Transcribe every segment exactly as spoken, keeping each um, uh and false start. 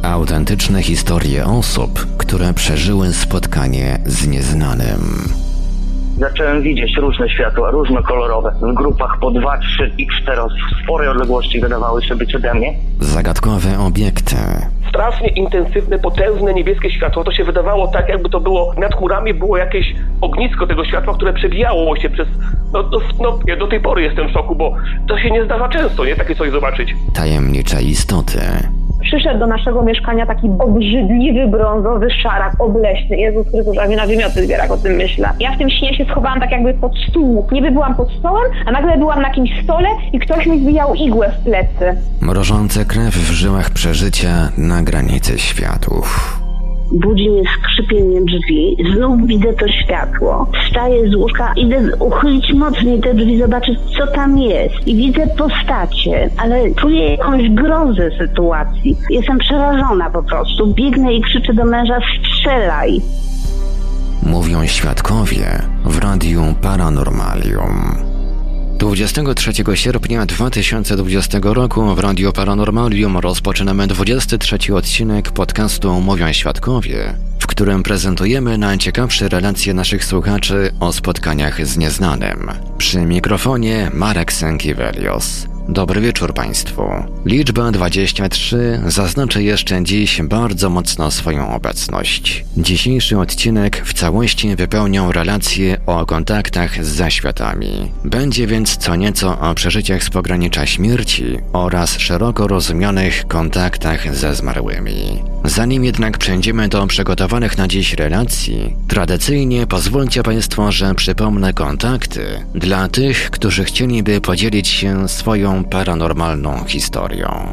Autentyczne historie osób, które przeżyły spotkanie z nieznanym. Zacząłem widzieć różne światła, różnokolorowe, w grupach po dwa, trzy i cztery, w sporej odległości wydawały się być ode mnie. Zagadkowe obiekty. Strasznie intensywne, potężne niebieskie światło. To się wydawało tak, jakby to było, nad chmurami było jakieś ognisko tego światła, które przebijało się przez... No, no, no ja do tej pory jestem w szoku, bo to się nie zdarza często, nie? Takie coś zobaczyć. Tajemnicze istoty. Przyszedł do naszego mieszkania taki obrzydliwy, brązowy szarak, obleśny. Jezus Chrystus, a mnie na wymioty zbiera, jak o tym myślę. Ja w tym śnie się schowałam tak jakby pod stół. Niby byłam pod stołem, a nagle byłam na jakimś stole i ktoś mi zbijał igłę w plecy. Mrożące krew w żyłach przeżycia na granicy światów. Budzi mnie skrzypienie drzwi, znów widzę to światło. Wstaję z łóżka, idę uchylić mocniej te drzwi, zobaczyć co tam jest. I widzę postacie, ale czuję jakąś grozę sytuacji. Jestem przerażona po prostu. Biegnę i krzyczę do męża: strzelaj! Mówią świadkowie w Radiu Paranormalium. dwudziestego trzeciego sierpnia dwa tysiące dwudziestego roku w Radio Paranormalium rozpoczynamy dwudziesty trzeci odcinek podcastu Mówią Świadkowie, w którym prezentujemy najciekawsze relacje naszych słuchaczy o spotkaniach z nieznanym. Przy mikrofonie Marek Sękiewelios. Dobry wieczór Państwu. Liczba dwadzieścia trzy zaznaczy jeszcze dziś bardzo mocno swoją obecność. Dzisiejszy odcinek w całości wypełnią relacje o kontaktach z zaświatami. Będzie więc co nieco o przeżyciach z pogranicza śmierci oraz szeroko rozumianych kontaktach ze zmarłymi. Zanim jednak przejdziemy do przygotowanych na dziś relacji, tradycyjnie pozwólcie Państwo, że przypomnę kontakty dla tych, którzy chcieliby podzielić się swoją paranormalną historią.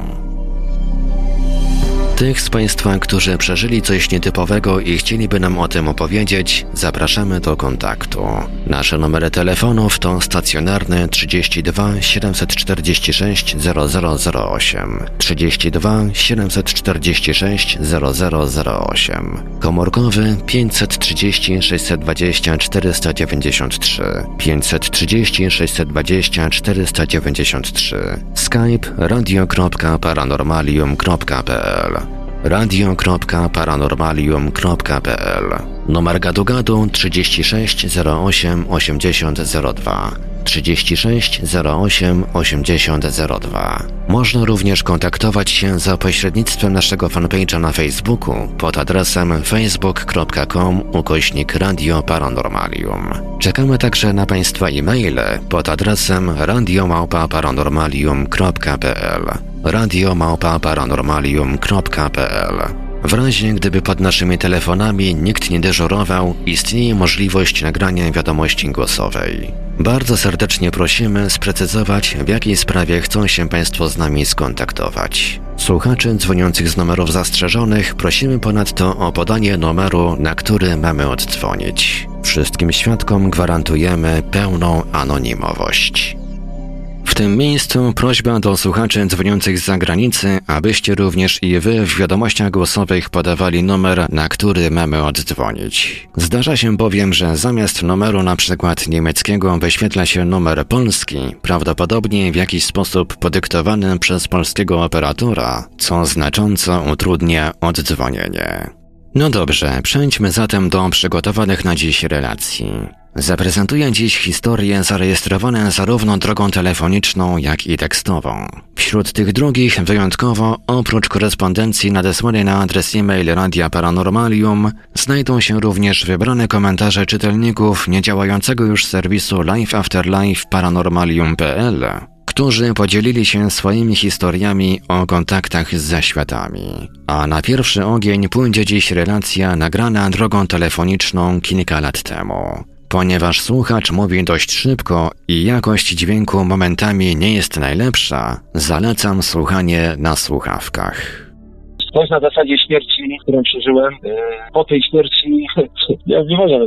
Tych z Państwa, którzy przeżyli coś nietypowego i chcieliby nam o tym opowiedzieć, zapraszamy do kontaktu. Nasze numery telefonów to stacjonarny trzydzieści dwa siedemset czterdzieści sześć zero zero zero osiem, trzydzieści dwa siedemset czterdzieści sześć zero zero zero osiem, komórkowy pięćset trzydzieści sześćset dwadzieścia czterysta dziewięćdziesiąt trzy, pięćset trzydzieści sześćset dwadzieścia czterysta dziewięćdziesiąt trzy, Skype radio kropka paranormalium kropka p l, radio kropka paranormalium kropka p l, numer gadu-gadu trzydzieści sześć zero osiem osiemdziesiąt zero dwa, trzydzieści sześć zero osiem osiemdziesiąt zero dwa. Można również kontaktować się za pośrednictwem naszego fanpage'a na Facebooku pod adresem facebook kropka com ukośnik Radio Paranormalium. Czekamy także na Państwa e-maile pod adresem radio małpa paranormalium kropka p l, radio małpa paranormalium kropka p l. W razie gdyby pod naszymi telefonami nikt nie dyżurował, istnieje możliwość nagrania wiadomości głosowej. Bardzo serdecznie prosimy sprecyzować, w jakiej sprawie chcą się Państwo z nami skontaktować. Słuchaczy dzwoniących z numerów zastrzeżonych prosimy ponadto o podanie numeru, na który mamy oddzwonić. Wszystkim świadkom gwarantujemy pełną anonimowość. W tym miejscu prośba do słuchaczy dzwoniących z zagranicy, abyście również i Wy w wiadomościach głosowych podawali numer, na który mamy oddzwonić. Zdarza się bowiem, że zamiast numeru na przykład niemieckiego wyświetla się numer polski, prawdopodobnie w jakiś sposób podyktowany przez polskiego operatora, co znacząco utrudnia oddzwonienie. No dobrze, przejdźmy zatem do przygotowanych na dziś relacji. Zaprezentuję dziś historie zarejestrowane zarówno drogą telefoniczną, jak i tekstową. Wśród tych drugich wyjątkowo, oprócz korespondencji nadesłanej na adres e-mail Radia Paranormalium, znajdą się również wybrane komentarze czytelników niedziałającego już serwisu Life After Life paranormalium kropka p l, którzy podzielili się swoimi historiami o kontaktach z zaświatami. A na pierwszy ogień pójdzie dziś relacja nagrana drogą telefoniczną kilka lat temu. Ponieważ słuchacz mówi dość szybko i jakość dźwięku momentami nie jest najlepsza, zalecam słuchanie na słuchawkach. Coś na zasadzie śmierci, którą przeżyłem. Po tej śmierci, nie, nie można nazwać to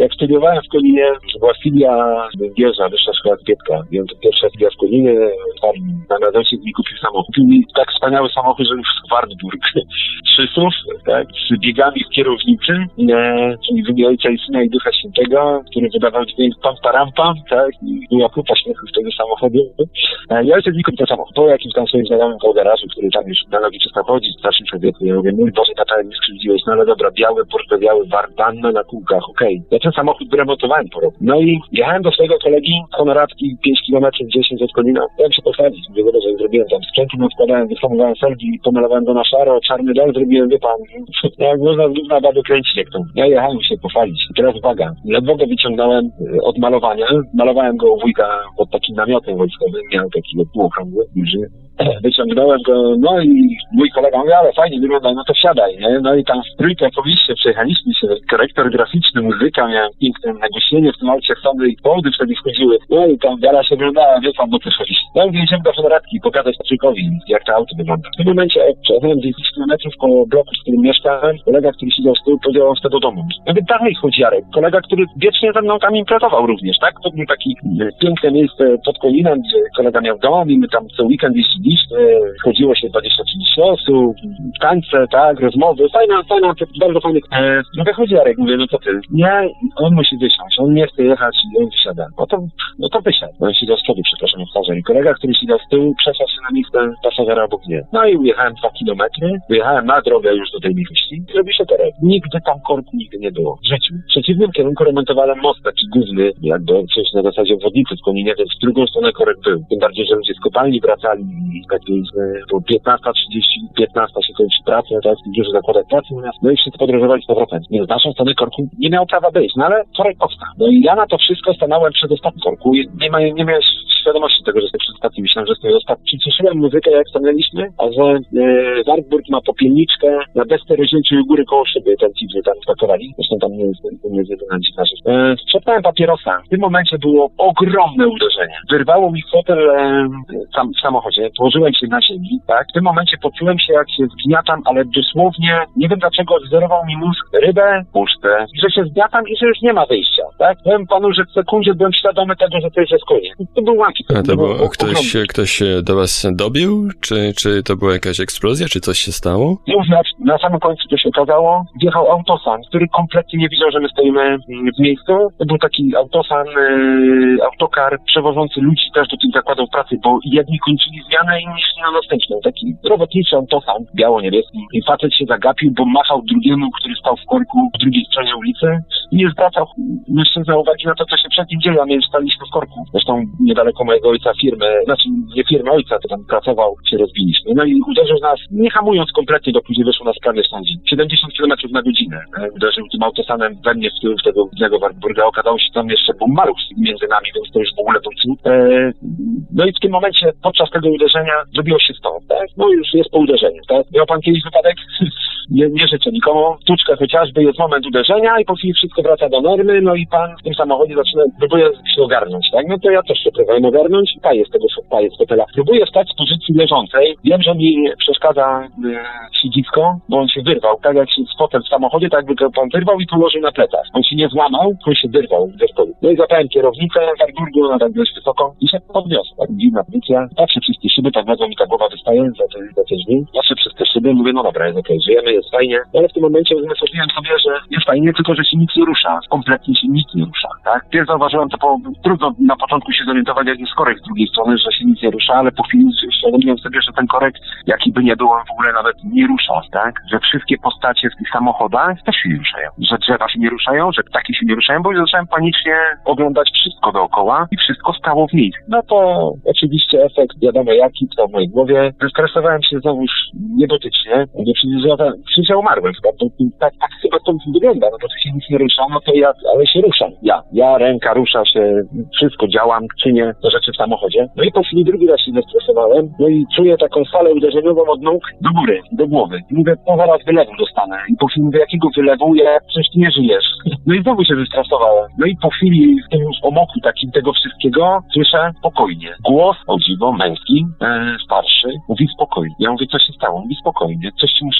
Jak studiowałem w Koninie, była filia węgierza, Wyższa Szkoła Kwiatka. I on to pierwsza filia w Koninie, tam na radości mi kupił samochód. Kupił mi tak wspaniały samochód, że już w Wartburg. Trzy S U V, tak, z biegami w kierownicy, e, czyli w imię Ojca i Syna i Ducha Świętego, który wydawał dźwięk pam param pam, tak, i była kupa śmiechu z tego samochodu. E, I ojciec mi kupił ten samochód. Po jakimś tam swoim znajomym koło garażu, który tam już na nogi przestał chodzić, w starszym człowieku. Ja mówię, mój Boże, tata, nie skrzywdziłeś, no ale dobra, biały, portowiały, warbanna na kółkach, okej. Okay. Ja ten samochód wyremontowałem po roku. No i jechałem do swojego kolegi, Honoradki, pięć kilometrów, dziesięć od Konina. Chciałem się pochwalić, mówię, że zrobiłem tam sprzętu, no składałem, wyhamowałem felgi, pomalowałem go na szaro, czarny dom zrobiłem, wie pan, jak można z na baby kręcić jak to. Ja jechałem się pochwalić. I teraz uwaga, ledwo go wyciągnąłem od malowania, malowałem go u wujka pod takim namiotem wojskowym, miał taki półokrągły, duży. Wyciągnąłem go, no i mój kolega mówi, ale fajnie wygląda, no to wsiadaj, nie? No i tam w trójkę powieście przejechaliśmy się, korektor graficzny, muzyka, miałem piękne nagłośnienie w tym aucie, Sony i Poldy wtedy wchodziły, no i tam wiara się wyglądała, wie pan, bo też chodzi. No i wjedziemy do Honoradki pokazać Patrykowi, jak to auto wygląda. W tym momencie, jak przejechałem dziesięć kilometrów koło bloku, w którym mieszkałem, kolega, który siedział z tyłu, powiedział, wtedy do domu. Ja mówię, dalej chodź Jarek, kolega, który wiecznie ze mną tam imprezował również, tak? To był taki piękne miejsce pod Koninem, gdzie kolega miał dom i my tam co weekend jeździliśmy, chodziło się dwadzieścia trzydzieści osób, tańce, tak, rozmowy, fajna, fajna, bardzo fajny. E, no wychodzi Jarek, mówię, no to ty. Nie, on musi wysiąść, on nie chce jechać i on wysiada. No to, no to wysiadł. On siedział z przodu, przepraszam, w parze. I kolega, który siedział z tyłu, przesiadł się na miejsce pasażera obok mnie. No i ujechałem dwa kilometry, wyjechałem na drogę już do tej miejscowości i robi się terek. Nigdy tam korku nigdy nie było. W życiu. W przeciwnym kierunku remontowałem most taki główny, jakby coś na zasadzie obwodnicy w Koninie, więc w drugą stronę korek był. Tym bardziej, że ludzie z kopalni wracali i takiej, bo piętnasta trzydzieści, piętnasta się kończy pracę, tak, duży zakładek pracy u nas, no i wszyscy podróżowali z powrotem. Więc z naszą stronę korku nie miał prawa być, no ale korek powstał. No i ja na to wszystko stanąłem przed ostatnim korku i nie, ma, nie miałem świadomości tego, że jestem przed ostatnim. Myślałem, że jestem ostatni. Przyciszyłem muzykę, jak stanęliśmy, a że e, Wartburg ma popielniczkę na desce rozdzielczej u góry koło szyby, ten ci, że tam spakowali. Zresztą tam nie jest, nie jest jedyna dziwna rzecz. E, Sprzedałem papierosa. W tym momencie było ogromne uderzenie. Wyrwało mi fotel e, sam, w samochodzie, położyłem się na ziemi, tak? W tym momencie poczułem się, jak się zgniatam, ale dosłownie, nie wiem dlaczego, odwzorował mi mózg rybę, puszczę, że się zgniatam i że już nie ma wyjścia, tak? Powiem panu, że w sekundzie byłem świadomy tego, że to już jest koniec. To był łamki. A to było, ktoś, ktoś do was dobił? Czy, czy to była jakaś eksplozja? Czy coś się stało? Już na, na samym końcu to się okazało. Wjechał autosan, który kompletnie nie widział, że my stoimy w miejscu. To był taki autosan, yy, autokar przewożący ludzi też do tych zakładów pracy, bo jedni kończyli zmianę, inni szli na następną. Taki robotniczy autosan, biało-niebieski. I facet się zagapił, bo machał drugiemu, który stał w korku w drugiej stronie ulicy i nie zwracał mężczyzna uwagi na to, co się przed nim dzieje, a my już staliśmy w korku. Zresztą niedaleko mojego ojca firmy, znaczy nie firmy ojca, to tam pracował, się rozbiliśmy. No i uderzył nas, nie hamując kompletnie, do później wyszło na sprawnie sądzi. siedemdziesiąt kilometrów na godzinę. E, uderzył tym autosanem we mnie w tył tego głównego Wartburga. Okazało się, tam jeszcze był maluch między nami, więc to już w ogóle był cud. E, no i w tym momencie, podczas tego uderzenia, zrobiło się stąd, tak? No już jest po uderzeniu, tak? Miał pan kiedyś wypadek? nie, nie życzę nikomu. Tuczka chociażby, jest moment uderzenia i po chwili wszystko wraca do normy, no i pan w tym samochodzie zaczyna, próbuje się ogarnąć, tak? No to ja też się próbowałem ogarnąć, paję z tego paję z fotela. Próbuję stać z pozycji leżącej. Wiem, że mi przeszkadza yy, siedzisko, bo on się wyrwał. Tak jak się z fotel w samochodzie, tak jakby pan wyrwał i położył na plecach. On się nie złamał, on się wyrwał. No i zapałem kierownicę w Wartburgu, ona tak dość wysoko i się podniosła. Tak dziwna pozycja. Patrzę przez te szyby, tak nagle mi ta głowa wystaje za te, za te drzwi. Patrzę przez te szyby, mówię, no dobra, jest okej, okay, żyjemy, jest fajnie. No ale w tym momencie uzmysłowiłem sobie, że jest fajnie, tylko że się nic nie rusza. Kompletnie się nic nie rusza, tak? Pierw zauważyłem to, po, trudno na początku się zorientować, jak jest korek z drugiej strony, że się nic nie rusza, ale po chwili uświadomiłem sobie, że ten korek, jaki by nie był, on w ogóle nawet nie rusza, tak? Że wszystkie postacie w tych samochodach też się nie ruszają. Że drzewa się nie ruszają, że ptaki się nie ruszają, bo zacząłem panicznie oglądać wszystko dookoła i wszystko stało w miejscu. No to oczywiście efekt wiadomo jaki, to w mojej głowie. Zestresowałem się znowuż niebotycznie, bo przecież ja przecież ja umarłem chyba, bo tak, tak chyba to wygląda, no bo tu się nic nie rusza, no to ja, ale się ruszam. Ja, ja, ręka rusza się, wszystko działam, czynię te rzeczy w samochodzie. No i po chwili drugi raz się zestresowałem, no i czuję taką falę uderzeniową od nóg do góry, do głowy. I mówię, no zaraz wylewu dostanę. I po chwili mówię, jakiego wylewu? Ja, przecież ty nie żyjesz. No i znowu się zestresowałem. No i po chwili w tym już omoku takim tego wszystkiego słyszę spokojnie. Głos, o dziwo, męski, e, starszy, mówi spokojnie. Ja mówię, co się stało? Mówi spokojnie, coś ci muszę pokazać.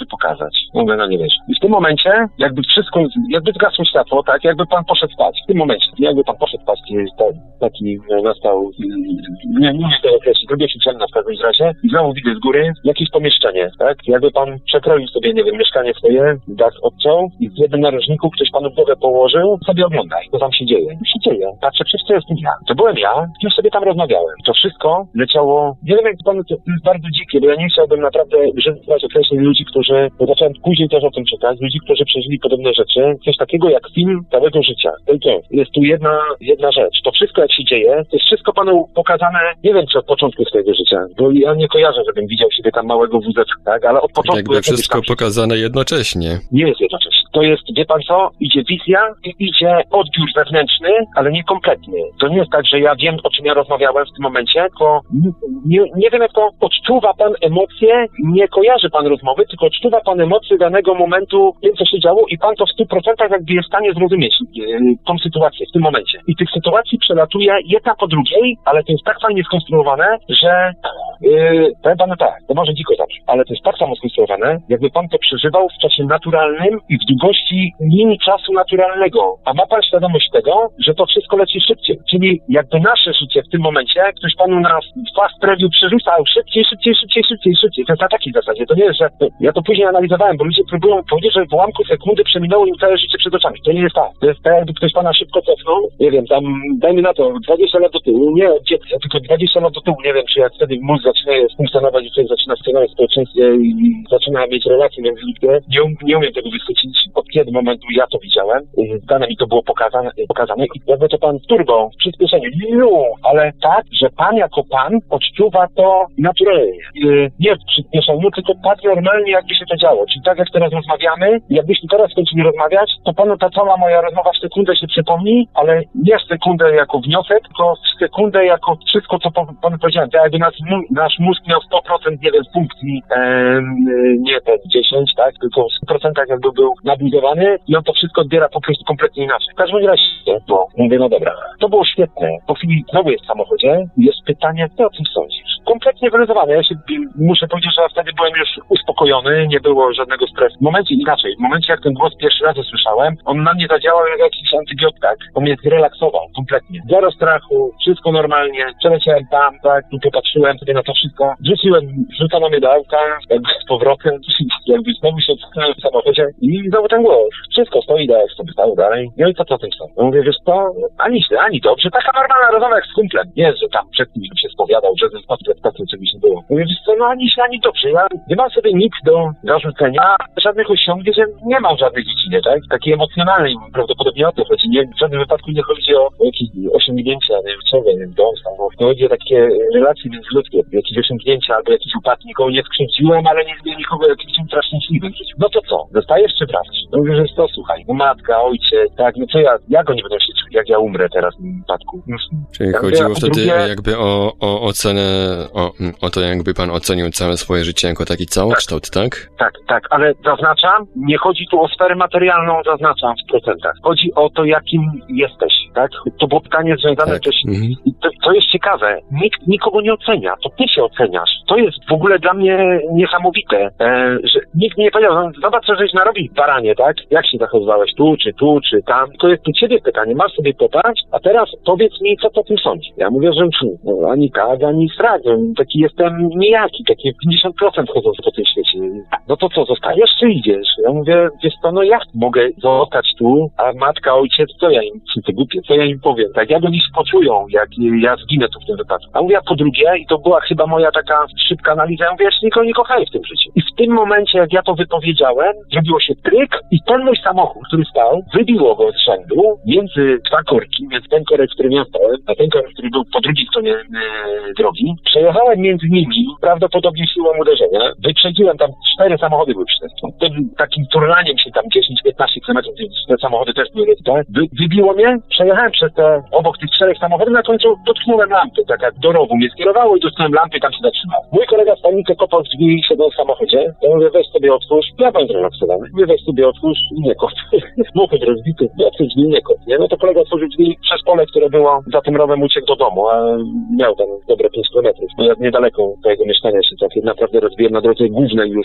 spać. Mówię, no nie wiesz. I w tym momencie, jakby wszystko, jakby zgasło światło, tak, jakby pan poszedł spać. W tym momencie, jakby pan poszedł spać, taki nastał, nie, nie chcę określić, drugie się ciemna w każdym razie i znowu widzę z góry jakieś pomieszczenie, tak, jakby pan przekroił sobie, nie wiem, mieszkanie swoje, dach odciął i w jednym narożniku ktoś panu w głowę położył, sobie oglądaj, co tam się dzieje. Co się dzieje? Patrzę, przecież to jestem ja. To byłem ja, z kim sobie tam rozmawiałem. To wszystko leciało, nie wiem jak to panu, to jest bardzo dzikie, bo ja nie chciałbym naprawdę używać określeń ludzi, którzy, bo zacząłem później też o tym czytać, ludzi, którzy przeżyli podobne rzeczy, coś takiego jak film całego życia. Tylko jest tu jedna, jedna rzecz. To wszystko jak się dzieje, to jest wszystko panu pokazane, nie wiem czy od początku swojego życia, bo ja nie kojarzę, żebym widział siebie tam małego wózeczka, tak, ale od początku... Jakby wszystko tam pokazane jednocześnie. Nie jest jednocześnie. To jest, wie pan co, idzie wizja i idzie odbiór zewnętrzny, ale nie kompletny. To nie jest tak, że ja wiem, o czym ja rozmawiałem w tym momencie, tylko nie, nie wiem, jak to odczuwa pan emocje, nie kojarzy pan rozmowy, tylko odczuwa pan emocje danego momentu, tym, co się działo i pan to w stu procentach jakby jest w stanie zrozumieć yy, tą sytuację w tym momencie. I tych sytuacji przelatuje jedna po drugiej, ale to jest tak fajnie skonstruowane, że yy, powiem panu tak, to może dziko zabrzmi, ale to jest tak samo skonstruowane, jakby pan to przeżywał w czasie naturalnym i w długości linii czasu naturalnego. A ma pan świadomość tego, że to wszystko leci szybciej. Czyli jakby nasze życie w tym momencie, ktoś panu na fast preview przerzucał szybciej, szybciej, szybciej, szybciej, szybciej. To jest na takiej zasadzie. To nie jest, że... Ja to później analizowałem, bo ludzie próbują powiedzieć, że w ułamku sekundy przeminęło im całe życie przed oczami. To nie jest tak. To jest tak, jakby ktoś pana szybko cofnął. Nie wiem, tam dajmy na to dwadzieścia lat do tyłu. Nie od dziecka, tylko dwadzieścia lat do tyłu. Nie wiem, czy jak wtedy mózg zaczyna funkcjonować i człowiek zaczyna funkcjonować w społeczeństwie i zaczyna mieć relacje międzyludzkie. Nie, um, nie umiem tego wychwycić, od kiedy momentu ja to widziałem. Dane mi to było pokazane, pokazane i jakby to pan turbo w przyspieszeniu. Ju, ale tak, że pan jako pan odczuwa to naturalnie. Nie w przyspieszeniu, tylko tak normalnie, jakby się to działo. Czyli tak jak teraz rozmawiamy, jakbyśmy teraz skończyli rozmawiać, to panu ta cała moja rozmowa w sekundę się przypomni, ale nie w sekundę jako wniosek, tylko w sekundę jako wszystko, co panu powiedziałem. Tak jakby nasz, nasz mózg miał sto procent, nie wiem, funkcji, em, nie te dziesięć, tak, tylko w stu procentach jakby był nabudowany i on to wszystko odbiera po prostu kompletnie inaczej. W każdym razie, bo mówię, no dobra, to było świetne. Po chwili znowu jest w samochodzie i jest pytanie, co o tym sądzisz? Kompletnie wyluzowane. Ja się muszę powiedzieć, że wtedy byłem już uspokojony, nie było żadnego stresu. W momencie inaczej, w momencie jak ten głos pierwszy raz usłyszałem, on na mnie zadziałał jak jakiś antybiotyk, on mnie zrelaksował kompletnie. Zero strachu, wszystko normalnie, przeleciałem tam, tak, tu popatrzyłem sobie na to wszystko, rzuciłem, rzucano mnie do auta, jakby z powrotem, jakby znowu się odsunąłem w samochodzie i znowu ten głos. Wszystko stoi, tak sobie stało dalej. No i co to tym są? No mówię, wiesz co, ani źle, ani dobrze, taka normalna rozmowa jak z kumplem. Nie jest, że tam przed tym się spowiadał, że ze spotkacją czegoś nie było. Mówię, wiesz co, no ani źle, ani dobrze. Ja nie mam sobie nic do zarzucenia, żadnych osiągnięć, nie mam żadnej dziedzinie, tak? Takiej emocjonalnej, prawdopodobnie o to chodzi. Nie, w żadnym wypadku nie chodzi o, o jakieś osiągnięcia, nie wiem, co, nie wiem, dom, samochód. To chodzi o takie relacje międzyludzkie, jakieś osiągnięcia albo jakiś upadek. Nikogo nie skrzywdziłem, ale nie zmienię nikogo jakimś straszniejszym w życiu. No to co? Dostajesz czy wracasz? No mówię, że to słuchaj, no matka, ojciec, tak, no co ja, jak oni będą się czuć, jak ja umrę teraz w wypadku? No, czyli tak, chodziło ja, wtedy drugie... jakby o, o ocenę, o, o to jakby pan ocenił całe swoje życie jako taki całokształt, tak? Tak, tak, tak, ale zaznaczam, nie chodzi tu o sferę materialną, zaznaczam w procentach. Chodzi o to, jakim jesteś, tak? To było pytanie związane tak. też, Mhm. to, to jest ciekawe, nikt nikogo nie ocenia, to ty się oceniasz. To jest w ogóle dla mnie niesamowite, e, że nikt mi nie powiedział, no, zobacz, co żeś narobił, baranie, tak? Jak się zachowywałeś tu, czy tu, czy tam? To jest tu ciebie pytanie, masz sobie popatrz, a teraz powiedz mi, co ty o tym sądzisz. Ja mówię, że no, ani tak, ani srak, taki jestem niejaki, takie pięćdziesiąt procent chodząc po tym świecie. No to co, zostajesz czy idziesz? Ja mówię, wiesz co, no jak mogę zostać tu, a matka, ojciec, co ja im, czy ty głupie, co ja im powiem, tak? Jak oni się poczują, jak ja zginę tu w tym wypadku. A mówię, a po drugie, i to była chyba moja taka szybka analiza, ja mówię, ja się nikogo nie kochałem w tym życiu. I w tym momencie, jak ja to wypowiedziałem, zrobiło się tryk i ten mój samochód, który stał, wybiło go z rzędu między dwa korki, między ten korek, w którym ja stałem, a ten korek, który był po drugiej stronie e, drogi. Przejechałem między nimi, prawdopodobnie siłą uderzenia, wyprzedziłem tam, cztery samochody były przed tym takim turlaniem się tam dziesięć piętnaście kilometrów, te samochody też były rozbite. Wy, wybiło mnie, przejechałem przez te, obok tych czterech samochodów, na końcu dotknąłem lampy, tak jak do rowu mnie skierowało i dotknąłem lampy i tam się zatrzymał. Mój kolega w panice kopał drzwi i siedząc w samochodzie. Ja mówię, weź sobie otwórz, ja byłem zrelaksowany. Mówię, weź sobie otwórz i nie kop. Samochód rozbity, otwórz drzwi, nie kop, nie? No to kolega otworzył drzwi przez pole, które było za tym rowem, uciekł do domu, a miał tam dobre pięć kilometrów. No ja niedaleko tego mieszkania się trafił, naprawdę rozbiłem na drodze głównej już, no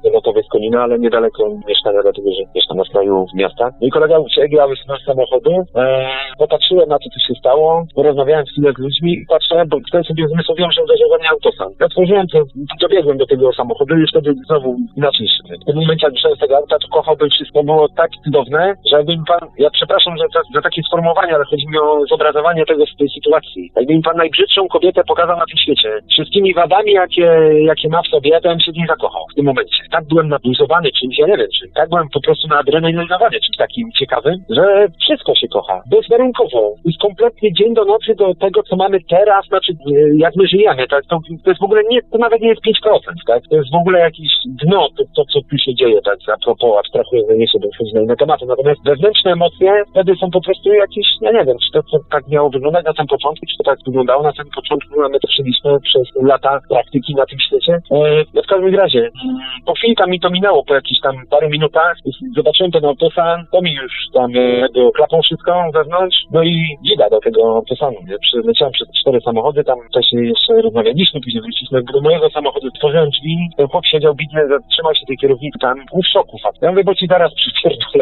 lotowej z Konina, ale niedaleko mieszkania, dlatego że mieszkam na skraju miasta. No i kolega uciekł, ja wysunąłem z samochodu, e, popatrzyłem na to, co się stało, porozmawiałem chwilę z ludźmi i patrzę, bo wtedy sobie zmysłowiłem, że uderzył we mnie autosan. Ja otworzyłem to, dobiegłem do tego samochodu i już wtedy znowu inaczej szedłem. W tym momencie, jak wyszedłem z tego auta, to kochałbym wszystko, było tak cudowne, że jakbym pan, ja przepraszam za, za takie sformułowanie, ale chodzi mi o zobrazowanie tego z tej sytuacji. Jakby mi pan najbrzydszą kobietę pokazał na tym świecie, wszystkimi wadami, jakie, jakie ma w sobie, to bym się w niej zakochał w tym momencie. Tak byłem nabuzowany czymś, ja nie wiem czym, tak byłem po prostu naadrenalinowany czymś takim ciekawym, że wszystko się kocha, bezwarunkowo. To jest kompletnie dzień do nocy do tego, co mamy teraz, znaczy jak my żyjemy, tak? To, to jest w ogóle nie, to nawet nie jest pięć procent, tak? To jest w ogóle jakieś dno, to, to co tu się dzieje, tak? A propos, abstrahuję, że nie się wchodzić na inne tematy, natomiast wewnętrzne emocje wtedy są po prostu jakieś, ja nie wiem, czy to, to tak miało wyglądać na samym początku, czy to tak wyglądało na samym początku, a my to przeżyliśmy przez lata praktyki na tym świecie. E, no w każdym razie, po chwili tam mi to minęło, po jakichś tam paru minutach, zobaczyłem ten autosan, to mi już tam e, klapą wszystko wewnątrz, no i dzida do tego autosanu, nie? Przeleciałem przez cztery samochody, tam wcześniej jeszcze rozmawialiśmy, później wróciliśmy do mojego samochodu, otworzyłem drzwi, ten chłop siedział bitny, zatrzymał się tej kierownicy tam, był w szoku fakt. Ja mówię, bo ci zaraz przypierdolę.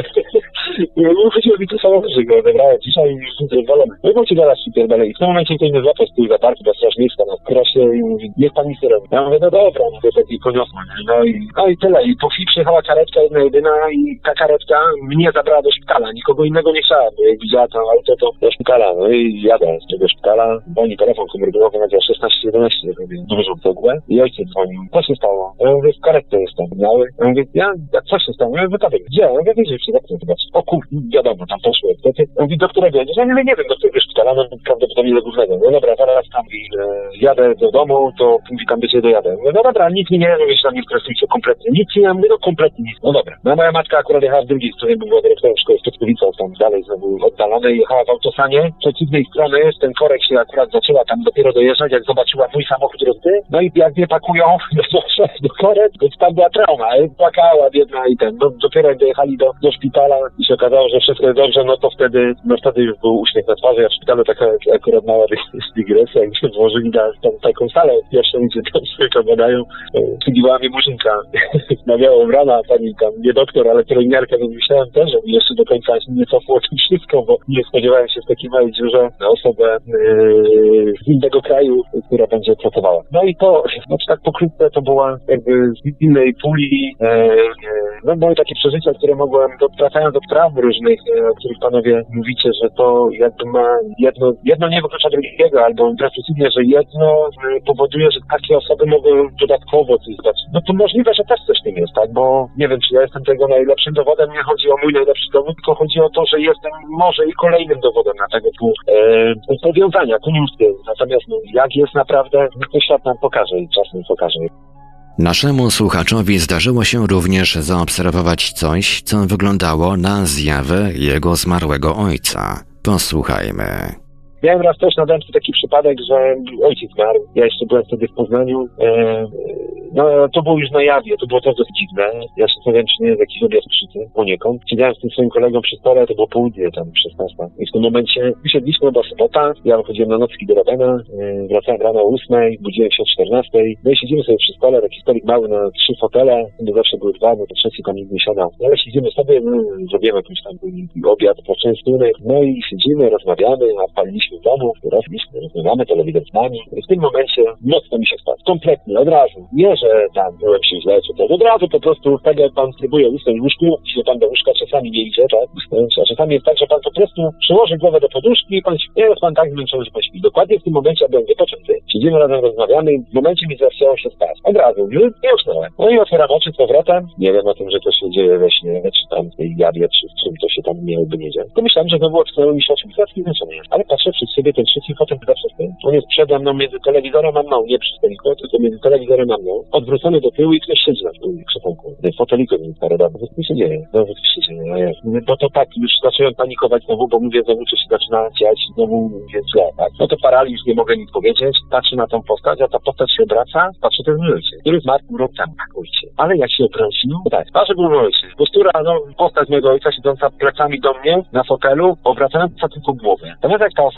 Nie chodziło mi tu samochód, że go odebrałem dzisiaj i już jestem zadowolony. No i bo ci zaraz przypierdolę. I w tym momencie ktoś mnie złapał z tyłu zaparki, bo straż miejska na krosie i mówi, niech pan nic nie robi. Ja mówię, no dobra, no to taki poniosło, nie? No i, no i tyle. I po chwili przyjechała karetka jedna jedyna i ta karetka mnie zabrała do szpitala. Nikogo innego nie chciała, bo jak widziała to auto, to do szpitala. No i jadę z tego szpitala, dzwoni telefon komórkowy na dział szesnaście jedenaście, robię dużą cegłę i ojciec dzwonił. Co się stało? Ja mówię, w karetce jestem. Miały? Ja mówię, ja, co się stało? Ja mówię, wypadek. Gdzie? Ja mówię, wiecie, przy doktorze, zobacz. O kur... wiadomo, tam poszło. Ja mówię, do którego jedziesz? Ja nie, nie wiem, do którego szpitala, no prawdopodobnie do głównego. No dobra, zaraz tam i, e, jadę do domu, to mówi, tam będzie dojadę. Mówię, no dobra, nic mi nie, mówię, się tam nie stresujcie kompletnie. Nic nie, ja mówię, no kompletnie nic. No dobra. No moja matka akurat jechała w drugiej stronie, bo była dyrektorem szkoły w Piotrkowicach, tam dalej znowu oddalone i jechała w autosanie. Z przeciwnej strony ten korek się akurat zaczęła tam dopiero dojeżdżać, jak zobaczyła mój samochód rozdy. No i jak mnie pakują do korek, więc tam była trauma. Płakała biedna i ten. No dopiero jak dojechali do, do szpitala i się okazało, że wszystko jest dobrze, no to wtedy, no wtedy już był uśmiech na twarzy. Ja w szpitalu taka akurat mała dygresja, jak się włożyli na tam taką salę pierwszą, gdzie tam sobie badają, przygiwała mi murzynka na białą ubrana, pani tam, nie doktor, ale pielęgniarka, więc myślałem też, że mi jeszcze do końca nie cofło to wszystko, bo nie spodziewałem się w takiej małej dziurze na osobę yy, z innego kraju, która będzie pracowała. No i to, znaczy tak pokrótce, to była jakby z innej puli, yy, no moje takie przeżycia, które mogłem, to wracając do praw różnych, yy, o których panowie mówicie, że to jakby ma jedno, jedno nie wyklucza drugiego, albo wręcz przeciwnie, że jedno yy, powoduje, że takie osoby mogą dodatkowo coś dać. No to możliwe, że też coś w tym jest, tak, bo nie wiem, czy ja jestem tego najlepszym dowodem, nie chodzi o mój najlepszy dowód, tylko chodzi o to, że jestem może i kolejnym dowodem na tego typu e, powiązania, koniunkcje. Natomiast no, jak jest naprawdę, to świat nam pokaże i czas nam pokaże. Naszemu słuchaczowi zdarzyło się również zaobserwować coś, co wyglądało na zjawę jego zmarłego ojca. Posłuchajmy. Miałem raz też na Dębcu taki przypadek, że ojciec zmarł. Ja jeszcze byłem wtedy w Poznaniu. E, no to było już na jawie, to było to dosyć dziwne. Ja się zastanawiam, czy nie jest jakiś objaw krzycy poniekąd. Siedziałem z tym swoim kolegą przy stole, to było południe tam szesnasta. I w tym momencie wysiedliśmy do sobota, ja wychodziłem na nocki do Robena, e, wracałem rano o ósmej, budziłem się o czternastej. No i siedzimy sobie przy stole, taki stolik mały na trzy fotele, bo zawsze były dwa, no to trzeci tam nikt nie siadał. No ale siedzimy sobie, no, zrobimy jakąś tam obiad poczęstunek, no i siedzimy, rozmawiamy, a paliliśmy w domu, rozbiliśmy, rozmawiamy, telewizor z nami. I w tym momencie mocno mi się spadł. Kompletnie, od razu. Nie, że tam byłem się źle, czy to od razu po prostu, tak jak pan próbuje usnąć w łóżku, jeśli pan do łóżka czasami nie idzie, tak, usnąć, a czasami jest tak, że pan po prostu przyłoży głowę do poduszki i pan śpi, jest pan tak zmęczony, że pan śpi. Dokładnie w tym momencie ja byłem wypoczęty. Siedzimy razem, rozmawiamy i w momencie mi zachciało się spać. Od razu, już nie usnąłem. No i otwieram oczy z powrotem. Nie wiem o tym, że to się dzieje we śnie, czy tam w tej jawie, czy w czym to się tam miałoby nie dzieje. To myślałem, że znowu oczknęły mi się oczy, i zmęczony jest. Ale patrzę przed siebie, ten trzeci fotel zawsze stoi. On jest przede mną, między telewizorem a mną, nie przy stoliku, tylko między telewizorem a mną. Odwrócony do tyłu i ktoś siedzi na tyłu krzesełku. Foteliku jest parę razy. Co się dzieje? Znowu coś się dzieje. No jest. Bo to tak, już zacząłem panikować znowu, bo mówię, znowu coś się zaczyna dziać, znowu jest źle, tak? No to paraliż, nie mogę nic powiedzieć. Patrzę na tą postać, a ta postać się obraca, patrzę, to jest mój ojciec, który zmarł rok temu. Tak, ojciec. Ale jak się obrócił, to tak, patrzę, był mój ojciec. Postura, no, postać mojego ojca siedząca plecami do mnie na fotelu, obracająca tylko głowę. Natomiast jak ta osoba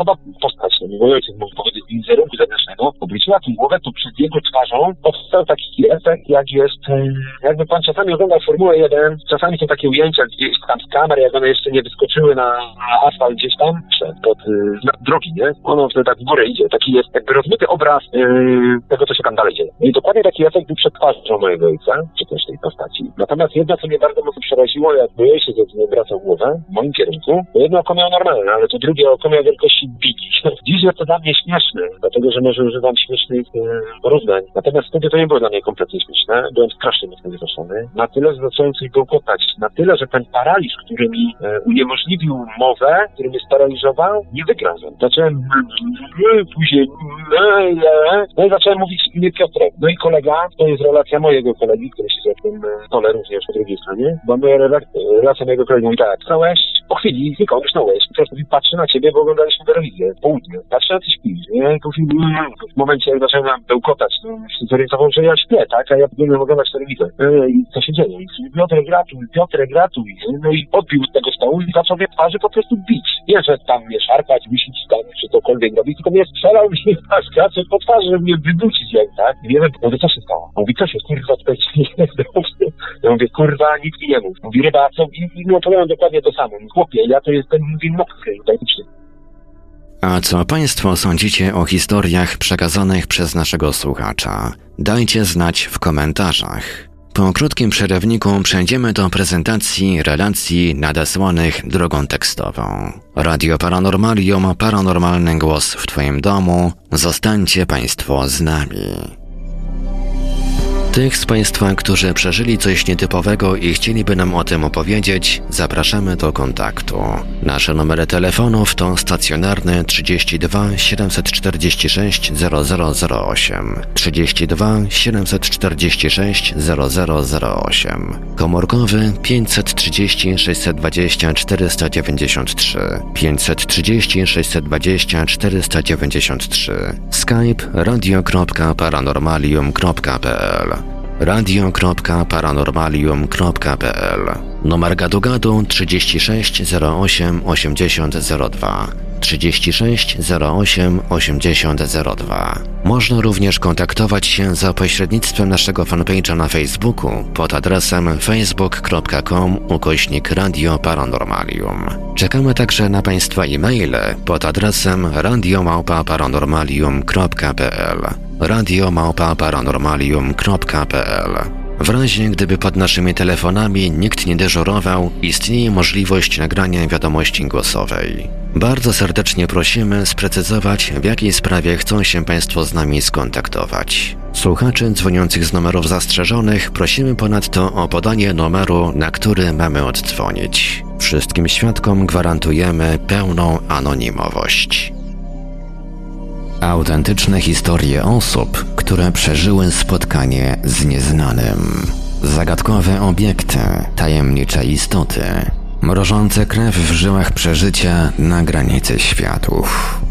osoba, postać, no mój ojciec mógł powiedzieć, z wizerunku zewnętrznego, obróciła tą głowę, to przed jego twarzą powstał taki efekt, jak jest, jakby pan czasami oglądał Formułę jeden, czasami są takie ujęcia gdzieś tam z kamer, jak one jeszcze nie wyskoczyły na, na asfalt gdzieś tam, przed, pod na drogi, nie? Ono wtedy tak w górę idzie, taki jest jakby rozmyty obraz yy, tego, co się tam dalej dzieje. I dokładnie taki efekt był przed twarzą mojego ojca, czy też tej postaci. Natomiast jedno, co mnie bardzo mocno przeraziło, jak mój ojciec obracał głowę w moim kierunku, to jedno oko miało normalne, ale to drugie oko miało wielkości bigi. Dziś jest to dla mnie śmieszne, dlatego, że może używam śmiesznych yy, porównań. Natomiast wtedy to nie było dla mnie kompletnie śmieszne. Byłem strasznie mocno wzruszony. Na tyle, że zacząłem coś bełkotać. Na tyle, że ten paraliż, który mi e, uniemożliwił mowę, który mnie sparaliżował, nie wygrałem. Zacząłem później no i zacząłem mówić imię Piotrek. No i kolega, to jest relacja mojego kolegi, który się w tym stole również po drugiej stronie, bo moja relacja mojego kolegi mówi tak, całeś, po chwili znikąd usnąłeś. Ktoś mówi, patrzy na ciebie, bo oglądaliśmy telewizję w południe. Patrzy na ty śpisz, nie? W momencie, jak zacząłem nam bełkotać, no, się zorientował, że ja śpię, tak? A ja powinienem oglądać telewizję. E, I co się dzieje? I Piotrek gratuj, Piotrek gratuj. No i odbił z tego stołu i zaczął mnie twarzy po prostu bić. Nie, że tam mnie szarpać, wisić tam, czy cokolwiek robić, tylko mnie strzelał mi na skracze po twarzy, żeby mnie wyducić, jak tak? I wiemy, mówię, co się stało? On mówi, co się, kurwa, tutaj nie Ja mówię, kurwa, nic mi nie mów. Mówi, ryba, co? I, i no to miałem dokładnie to samo. Chłopie, ja to jestem, mówię, mokry, autentyczny. A co Państwo sądzicie o historiach przekazanych przez naszego słuchacza? Dajcie znać w komentarzach. Po krótkim przerywniku przejdziemy do prezentacji relacji nadesłanych drogą tekstową. Radio Paranormalium, paranormalny głos w Twoim domu. Zostańcie Państwo z nami. Tych z Państwa, którzy przeżyli coś nietypowego i chcieliby nam o tym opowiedzieć, zapraszamy do kontaktu. Nasze numery telefonów to stacjonarny trzydzieści dwa siedemset czterdzieści sześć zero zero zero osiem, trzydzieści dwa siedemset czterdzieści sześć zero zero zero osiem, komórkowy pięćset trzydzieści sześćset dwadzieścia czterysta dziewięćdziesiąt trzy, pięćset trzydzieści sześćset dwadzieścia czterysta dziewięćdziesiąt trzy, Skype radio kropka paranormalium kropka p l, radio kropka paranormalium kropka p l, numer gadu-gadu trzydzieści sześć zero osiem osiemdziesiąt zero dwa, trzydzieści sześć zero osiem osiemdziesiąt zero dwa. Można również kontaktować się za pośrednictwem naszego fanpage'a na Facebooku pod adresem facebook kropka com ukośnik Radio Paranormalium. Czekamy także na Państwa e-maile pod adresem radio małpa paranormalium kropka p l, radio małpa paranormalium kropka p l. W razie gdyby pod naszymi telefonami nikt nie dyżurował, istnieje możliwość nagrania wiadomości głosowej. Bardzo serdecznie prosimy sprecyzować, w jakiej sprawie chcą się Państwo z nami skontaktować. Słuchaczy dzwoniących z numerów zastrzeżonych prosimy ponadto o podanie numeru, na który mamy oddzwonić. Wszystkim świadkom gwarantujemy pełną anonimowość. Autentyczne historie osób, które przeżyły spotkanie z nieznanym. Zagadkowe obiekty, tajemnicze istoty, mrożące krew w żyłach przeżycia na granicy światów.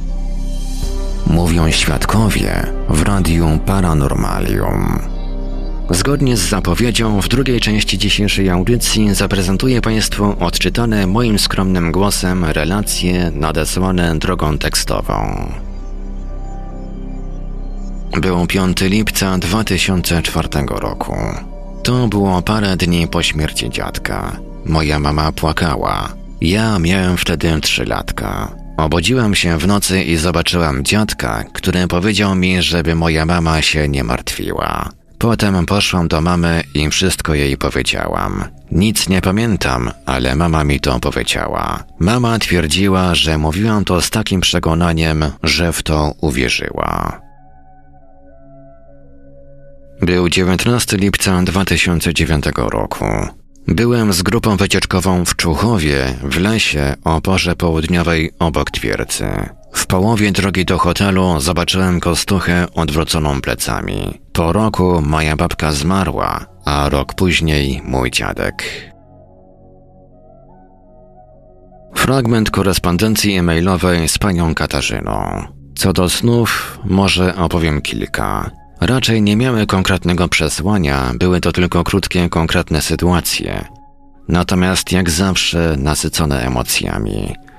Mówią świadkowie w Radiu Paranormalium. Zgodnie z zapowiedzią w drugiej części dzisiejszej audycji zaprezentuję Państwu odczytane moim skromnym głosem relacje nadesłane drogą tekstową. Był piątego lipca dwa tysiące czwartego roku. To było parę dni po śmierci dziadka. Moja mama płakała. Ja miałem wtedy trzy latka. Obudziłam się w nocy i zobaczyłam dziadka, który powiedział mi, żeby moja mama się nie martwiła. Potem poszłam do mamy i wszystko jej powiedziałam. Nic nie pamiętam, ale mama mi to powiedziała. Mama twierdziła, że mówiłam to z takim przekonaniem, że w to uwierzyła. Był dziewiętnastego lipca dwa tysiące dziewiątego roku. Byłem z grupą wycieczkową w Czuchowie, w lesie o porze południowej obok twierdzy. W połowie drogi do hotelu zobaczyłem kostuchę odwróconą plecami. Po roku moja babka zmarła, a rok później mój dziadek. Fragment korespondencji e-mailowej z panią Katarzyną. Co do snów, może opowiem kilka. Raczej nie miały konkretnego przesłania, były to tylko krótkie, konkretne sytuacje. Natomiast jak zawsze nasycone emocjami.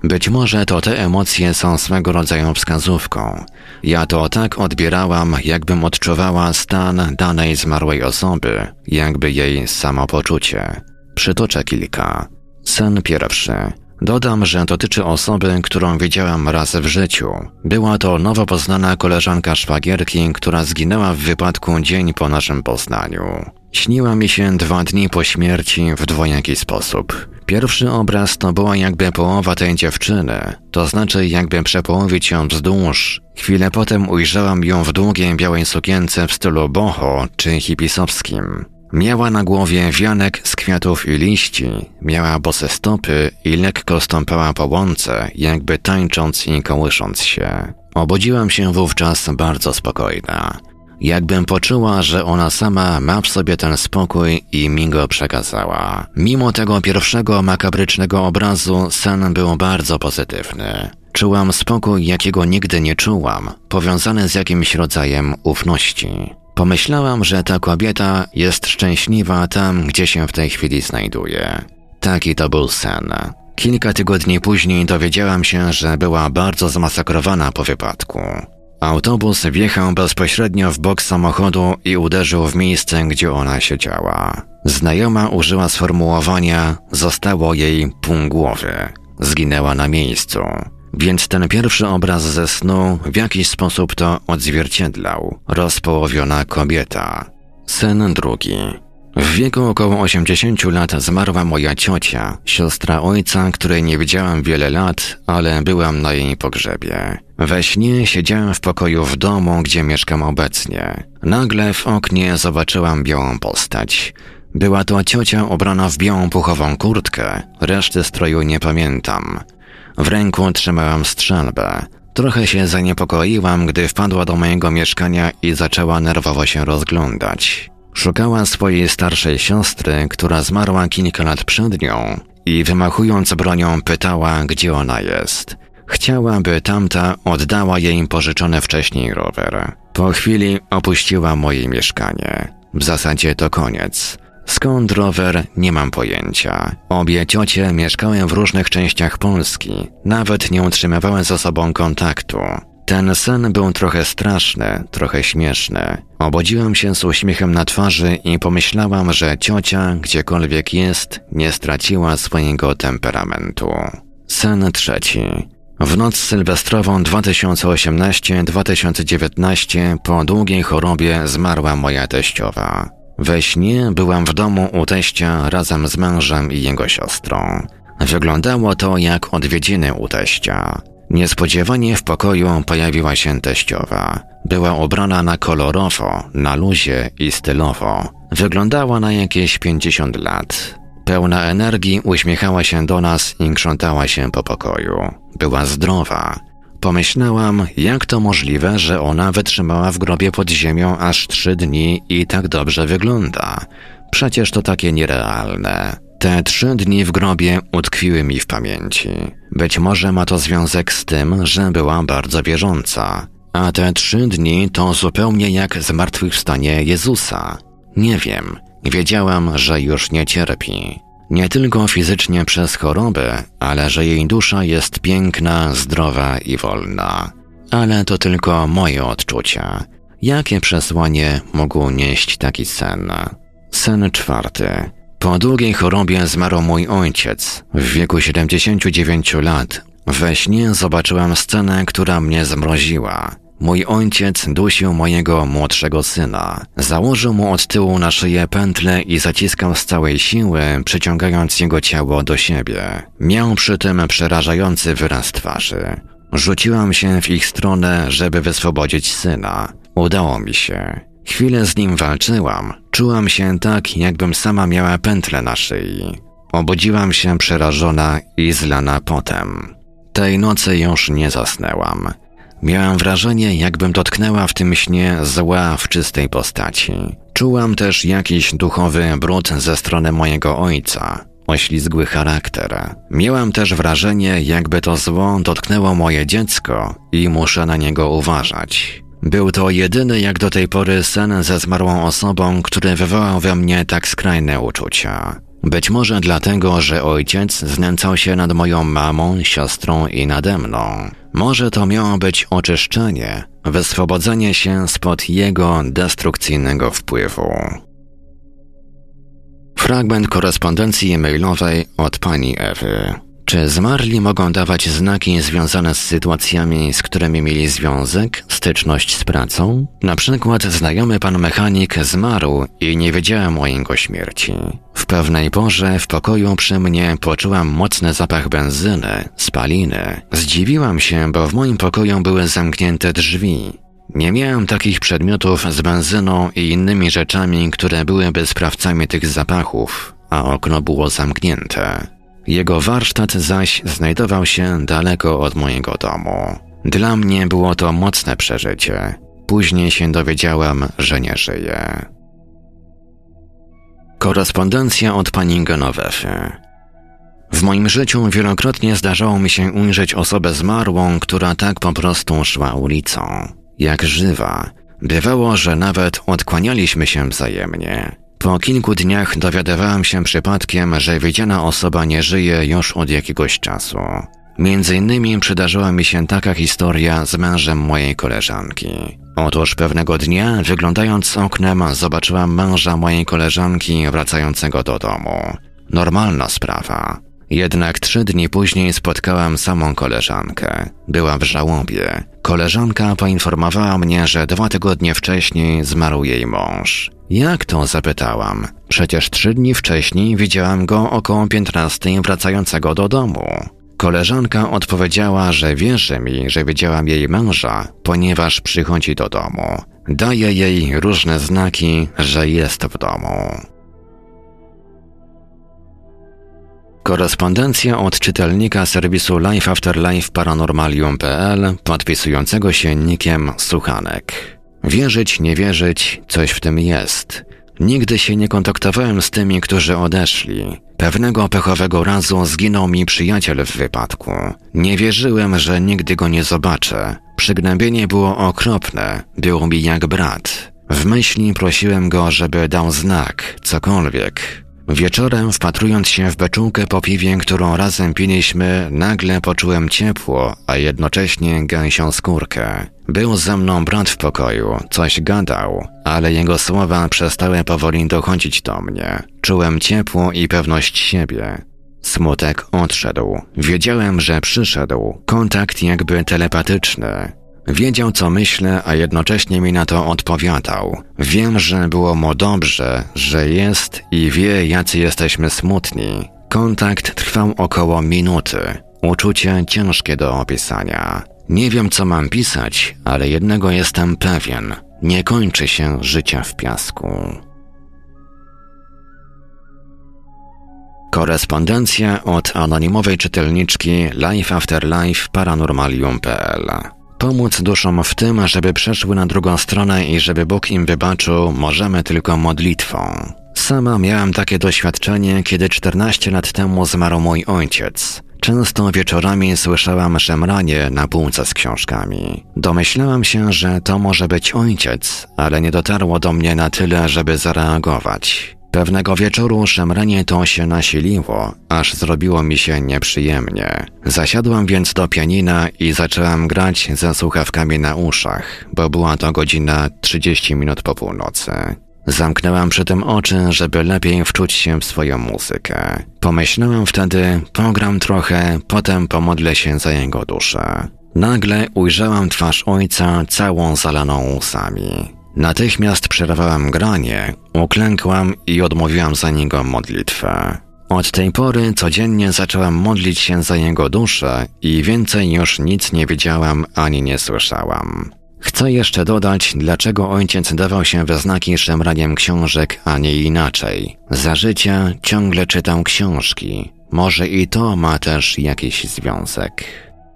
Być może to te emocje są swego rodzaju wskazówką. Ja to tak odbierałam, jakbym odczuwała stan danej zmarłej osoby, jakby jej samopoczucie. Przytoczę kilka. Sen pierwszy. Dodam, że dotyczy osoby, którą widziałam raz w życiu. Była to nowo poznana koleżanka szwagierki, która zginęła w wypadku dzień po naszym poznaniu. Śniła mi się dwa dni po śmierci w dwojaki sposób. Pierwszy obraz to była jakby połowa tej dziewczyny, to znaczy jakby przepołowić ją wzdłuż. Chwilę potem ujrzałam ją w długiej białej sukience w stylu boho czy hipisowskim. Miała na głowie wianek z kwiatów i liści, miała bose stopy i lekko stąpała po łące, jakby tańcząc i kołysząc się. Obudziłam się wówczas bardzo spokojna. Jakbym poczuła, że ona sama ma w sobie ten spokój i mi go przekazała. Mimo tego pierwszego makabrycznego obrazu sen był bardzo pozytywny. Czułam spokój, jakiego nigdy nie czułam, powiązany z jakimś rodzajem ufności. Pomyślałam, że ta kobieta jest szczęśliwa tam, gdzie się w tej chwili znajduje. Taki to był sen. Kilka tygodni później dowiedziałam się, że była bardzo zmasakrowana po wypadku. Autobus wjechał bezpośrednio w bok samochodu i uderzył w miejsce, gdzie ona siedziała. Znajoma użyła sformułowania „zostało jej pół głowy”. Zginęła na miejscu. Więc ten pierwszy obraz ze snu w jakiś sposób to odzwierciedlał. Rozpołowiona kobieta. Sen drugi. W wieku około osiemdziesięciu lat zmarła moja ciocia, siostra ojca, której nie widziałam wiele lat, ale byłam na jej pogrzebie. We śnie siedziałem w pokoju w domu, gdzie mieszkam obecnie. Nagle w oknie zobaczyłam białą postać. Była to ciocia ubrana w białą puchową kurtkę, reszty stroju nie pamiętam. W ręku trzymałam strzelbę. Trochę się zaniepokoiłam, gdy wpadła do mojego mieszkania i zaczęła nerwowo się rozglądać. Szukała swojej starszej siostry, która zmarła kilka lat przed nią i wymachując bronią pytała, gdzie ona jest. Chciała, by tamta oddała jej pożyczony wcześniej rower. Po chwili opuściła moje mieszkanie. W zasadzie to koniec. Skąd rower? Nie mam pojęcia. Obie ciocie mieszkały w różnych częściach Polski. Nawet nie utrzymywały ze sobą kontaktu. Ten sen był trochę straszny, trochę śmieszny. Obudziłam się z uśmiechem na twarzy i pomyślałam, że ciocia, gdziekolwiek jest, nie straciła swojego temperamentu. Sen trzeci. W noc sylwestrową dwa tysiące osiemnasty dwa tysiące dziewiętnasty po długiej chorobie zmarła moja teściowa. We śnie byłam w domu u teścia razem z mężem i jego siostrą. Wyglądało to jak odwiedziny u teścia. Niespodziewanie w pokoju pojawiła się teściowa. Była ubrana na kolorowo, na luzie i stylowo. Wyglądała na jakieś pięćdziesiąt lat. Pełna energii uśmiechała się do nas i krzątała się po pokoju. Była zdrowa. Pomyślałam, jak to możliwe, że ona wytrzymała w grobie pod ziemią aż trzy dni i tak dobrze wygląda. Przecież to takie nierealne. Te trzy dni w grobie utkwiły mi w pamięci. Być może ma to związek z tym, że była bardzo wierząca. A te trzy dni to zupełnie jak zmartwychwstanie Jezusa. Nie wiem. Wiedziałam, że już nie cierpi. Nie tylko fizycznie przez chorobę, ale że jej dusza jest piękna, zdrowa i wolna. Ale to tylko moje odczucia. Jakie przesłanie mógł nieść taki sen? Sen czwarty. Po długiej chorobie zmarł mój ojciec. W wieku siedemdziesięciu dziewięciu lat. We śnie zobaczyłam scenę, która mnie zmroziła. Mój ojciec dusił mojego młodszego syna. Założył mu od tyłu na szyję pętlę i zaciskał z całej siły, przyciągając jego ciało do siebie. Miał przy tym przerażający wyraz twarzy. Rzuciłam się w ich stronę, żeby wyswobodzić syna. Udało mi się. Chwilę z nim walczyłam. Czułam się tak, jakbym sama miała pętlę na szyi. Obudziłam się przerażona i zlana potem. Tej nocy już nie zasnęłam. Miałam wrażenie, jakbym dotknęła w tym śnie zła w czystej postaci. Czułam też jakiś duchowy brud ze strony mojego ojca, oślizgły charakter. Miałam też wrażenie, jakby to zło dotknęło moje dziecko i muszę na niego uważać. Był to jedyny jak do tej pory sen ze zmarłą osobą, który wywołał we mnie tak skrajne uczucia. Być może dlatego, że ojciec znęcał się nad moją mamą, siostrą i nade mną. Może to miało być oczyszczenie, wyswobodzenie się spod jego destrukcyjnego wpływu. Fragment korespondencji mailowej od pani Ewy. Czy zmarli mogą dawać znaki związane z sytuacjami, z którymi mieli związek, styczność z pracą? Na przykład znajomy pan mechanik zmarł i nie wiedziałem o jego śmierci. W pewnej porze w pokoju przy mnie poczułam mocny zapach benzyny, spaliny. Zdziwiłam się, bo w moim pokoju były zamknięte drzwi. Nie miałem takich przedmiotów z benzyną i innymi rzeczami, które byłyby sprawcami tych zapachów, a okno było zamknięte. Jego warsztat zaś znajdował się daleko od mojego domu. Dla mnie było to mocne przeżycie. Później się dowiedziałam, że nie żyje. Korespondencja od pani Genowefy. W moim życiu wielokrotnie zdarzało mi się ujrzeć osobę zmarłą, która tak po prostu szła ulicą. Jak żywa. Bywało, że nawet odkłanialiśmy się wzajemnie. Po kilku dniach dowiadywałam się przypadkiem, że widziana osoba nie żyje już od jakiegoś czasu. Między innymi przydarzyła mi się taka historia z mężem mojej koleżanki. Otóż pewnego dnia, wyglądając z oknem, zobaczyłam męża mojej koleżanki wracającego do domu. Normalna sprawa. Jednak trzy dni później spotkałam samą koleżankę. Była w żałobie. Koleżanka poinformowała mnie, że dwa tygodnie wcześniej zmarł jej mąż. Jak to? Zapytałam. Przecież trzy dni wcześniej widziałam go około piętnastej wracającego do domu. Koleżanka odpowiedziała, że wierzy mi, że widziałam jej męża, ponieważ przychodzi do domu. Daje jej różne znaki, że jest w domu. Korespondencja od czytelnika serwisu Life After Life Paranormalium kropka p l podpisującego się nickiem Suchanek. Wierzyć, nie wierzyć, coś w tym jest. Nigdy się nie kontaktowałem z tymi, którzy odeszli. Pewnego pechowego razu zginął mi przyjaciel w wypadku. Nie wierzyłem, że nigdy go nie zobaczę. Przygnębienie było okropne, był mi jak brat. W myśli prosiłem go, żeby dał znak, cokolwiek. Wieczorem, wpatrując się w beczułkę po piwie, którą razem piliśmy, nagle poczułem ciepło, a jednocześnie gęsią skórkę. Był ze mną brat w pokoju, coś gadał, ale jego słowa przestały powoli dochodzić do mnie. Czułem ciepło i pewność siebie. Smutek odszedł. Wiedziałem, że przyszedł. Kontakt jakby telepatyczny. Wiedział, co myślę, a jednocześnie mi na to odpowiadał. Wiem, że było mu dobrze, że jest i wie, jacy jesteśmy smutni. Kontakt trwał około minuty. Uczucie ciężkie do opisania. Nie wiem, co mam pisać, ale jednego jestem pewien. Nie kończy się życie w piasku. Korespondencja od anonimowej czytelniczki Life After Life Paranormalium kropka p l. Pomóc duszom w tym, żeby przeszły na drugą stronę i żeby Bóg im wybaczył, możemy tylko modlitwą. Sama miałam takie doświadczenie, kiedy czternaście lat temu zmarł mój ojciec. Często wieczorami słyszałam szemranie na półce z książkami. Domyślałam się, że to może być ojciec, ale nie dotarło do mnie na tyle, żeby zareagować. Pewnego wieczoru szemranie to się nasiliło, aż zrobiło mi się nieprzyjemnie. Zasiadłam więc do pianina i zaczęłam grać ze słuchawkami na uszach, bo była to godzina trzydzieści minut po północy. Zamknęłam przy tym oczy, żeby lepiej wczuć się w swoją muzykę. Pomyślałam wtedy, pogram trochę, potem pomodlę się za jego duszę. Nagle ujrzałam twarz ojca całą zalaną łzami. Natychmiast przerwałam granie, uklękłam i odmówiłam za niego modlitwę. Od tej pory codziennie zaczęłam modlić się za jego duszę i więcej już nic nie widziałam ani nie słyszałam. Chcę jeszcze dodać, dlaczego ojciec dawał się we znaki szemraniem książek, a nie inaczej. Za życia ciągle czytał książki. Może i to ma też jakiś związek.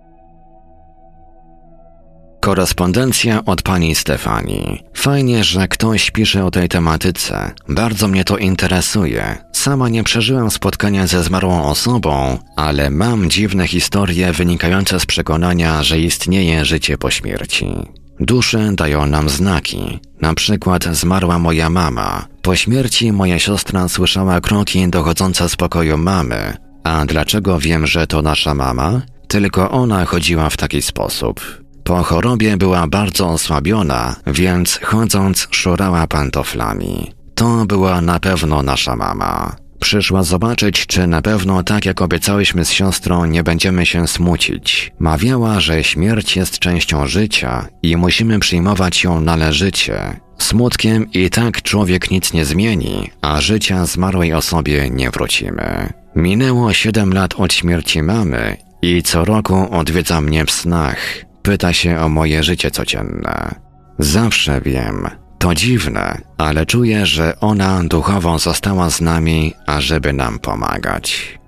Korespondencja od pani Stefanii. Fajnie, że ktoś pisze o tej tematyce. Bardzo mnie to interesuje. Sama nie przeżyłam spotkania ze zmarłą osobą, ale mam dziwne historie wynikające z przekonania, że istnieje życie po śmierci. Dusze dają nam znaki. Na przykład zmarła moja mama. Po śmierci moja siostra słyszała kroki dochodzące z pokoju mamy. A dlaczego wiem, że to nasza mama? Tylko ona chodziła w taki sposób. Po chorobie była bardzo osłabiona, więc chodząc szurała pantoflami. To była na pewno nasza mama. Przyszła zobaczyć, czy na pewno tak jak obiecałyśmy z siostrą nie będziemy się smucić. Mawiała, że śmierć jest częścią życia i musimy przyjmować ją należycie. Smutkiem i tak człowiek nic nie zmieni, a życia zmarłej osobie nie wrócimy. Minęło siedem lat od śmierci mamy i co roku odwiedza mnie w snach. Pyta się o moje życie codzienne. Zawsze wiem. To dziwne, ale czuję, że ona duchowo została z nami, ażeby nam pomagać.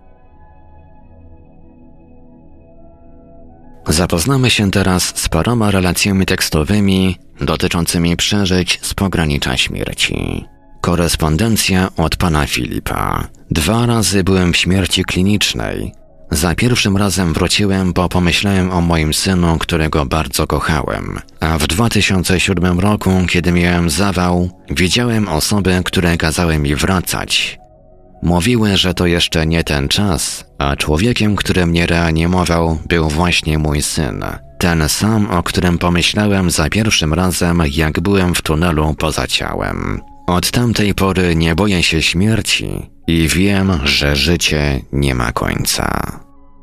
Zapoznamy się teraz z paroma relacjami tekstowymi dotyczącymi przeżyć z pogranicza śmierci. Korespondencja od pana Filipa. Dwa razy byłem w śmierci klinicznej. Za pierwszym razem wróciłem, bo pomyślałem o moim synu, którego bardzo kochałem. A w dwa tysiące siódmym roku, kiedy miałem zawał, widziałem osoby, które kazały mi wracać. Mówiły, że to jeszcze nie ten czas, a człowiekiem, który mnie reanimował, był właśnie mój syn. Ten sam, o którym pomyślałem za pierwszym razem, jak byłem w tunelu poza ciałem. Od tamtej pory nie boję się śmierci i wiem, że życie nie ma końca.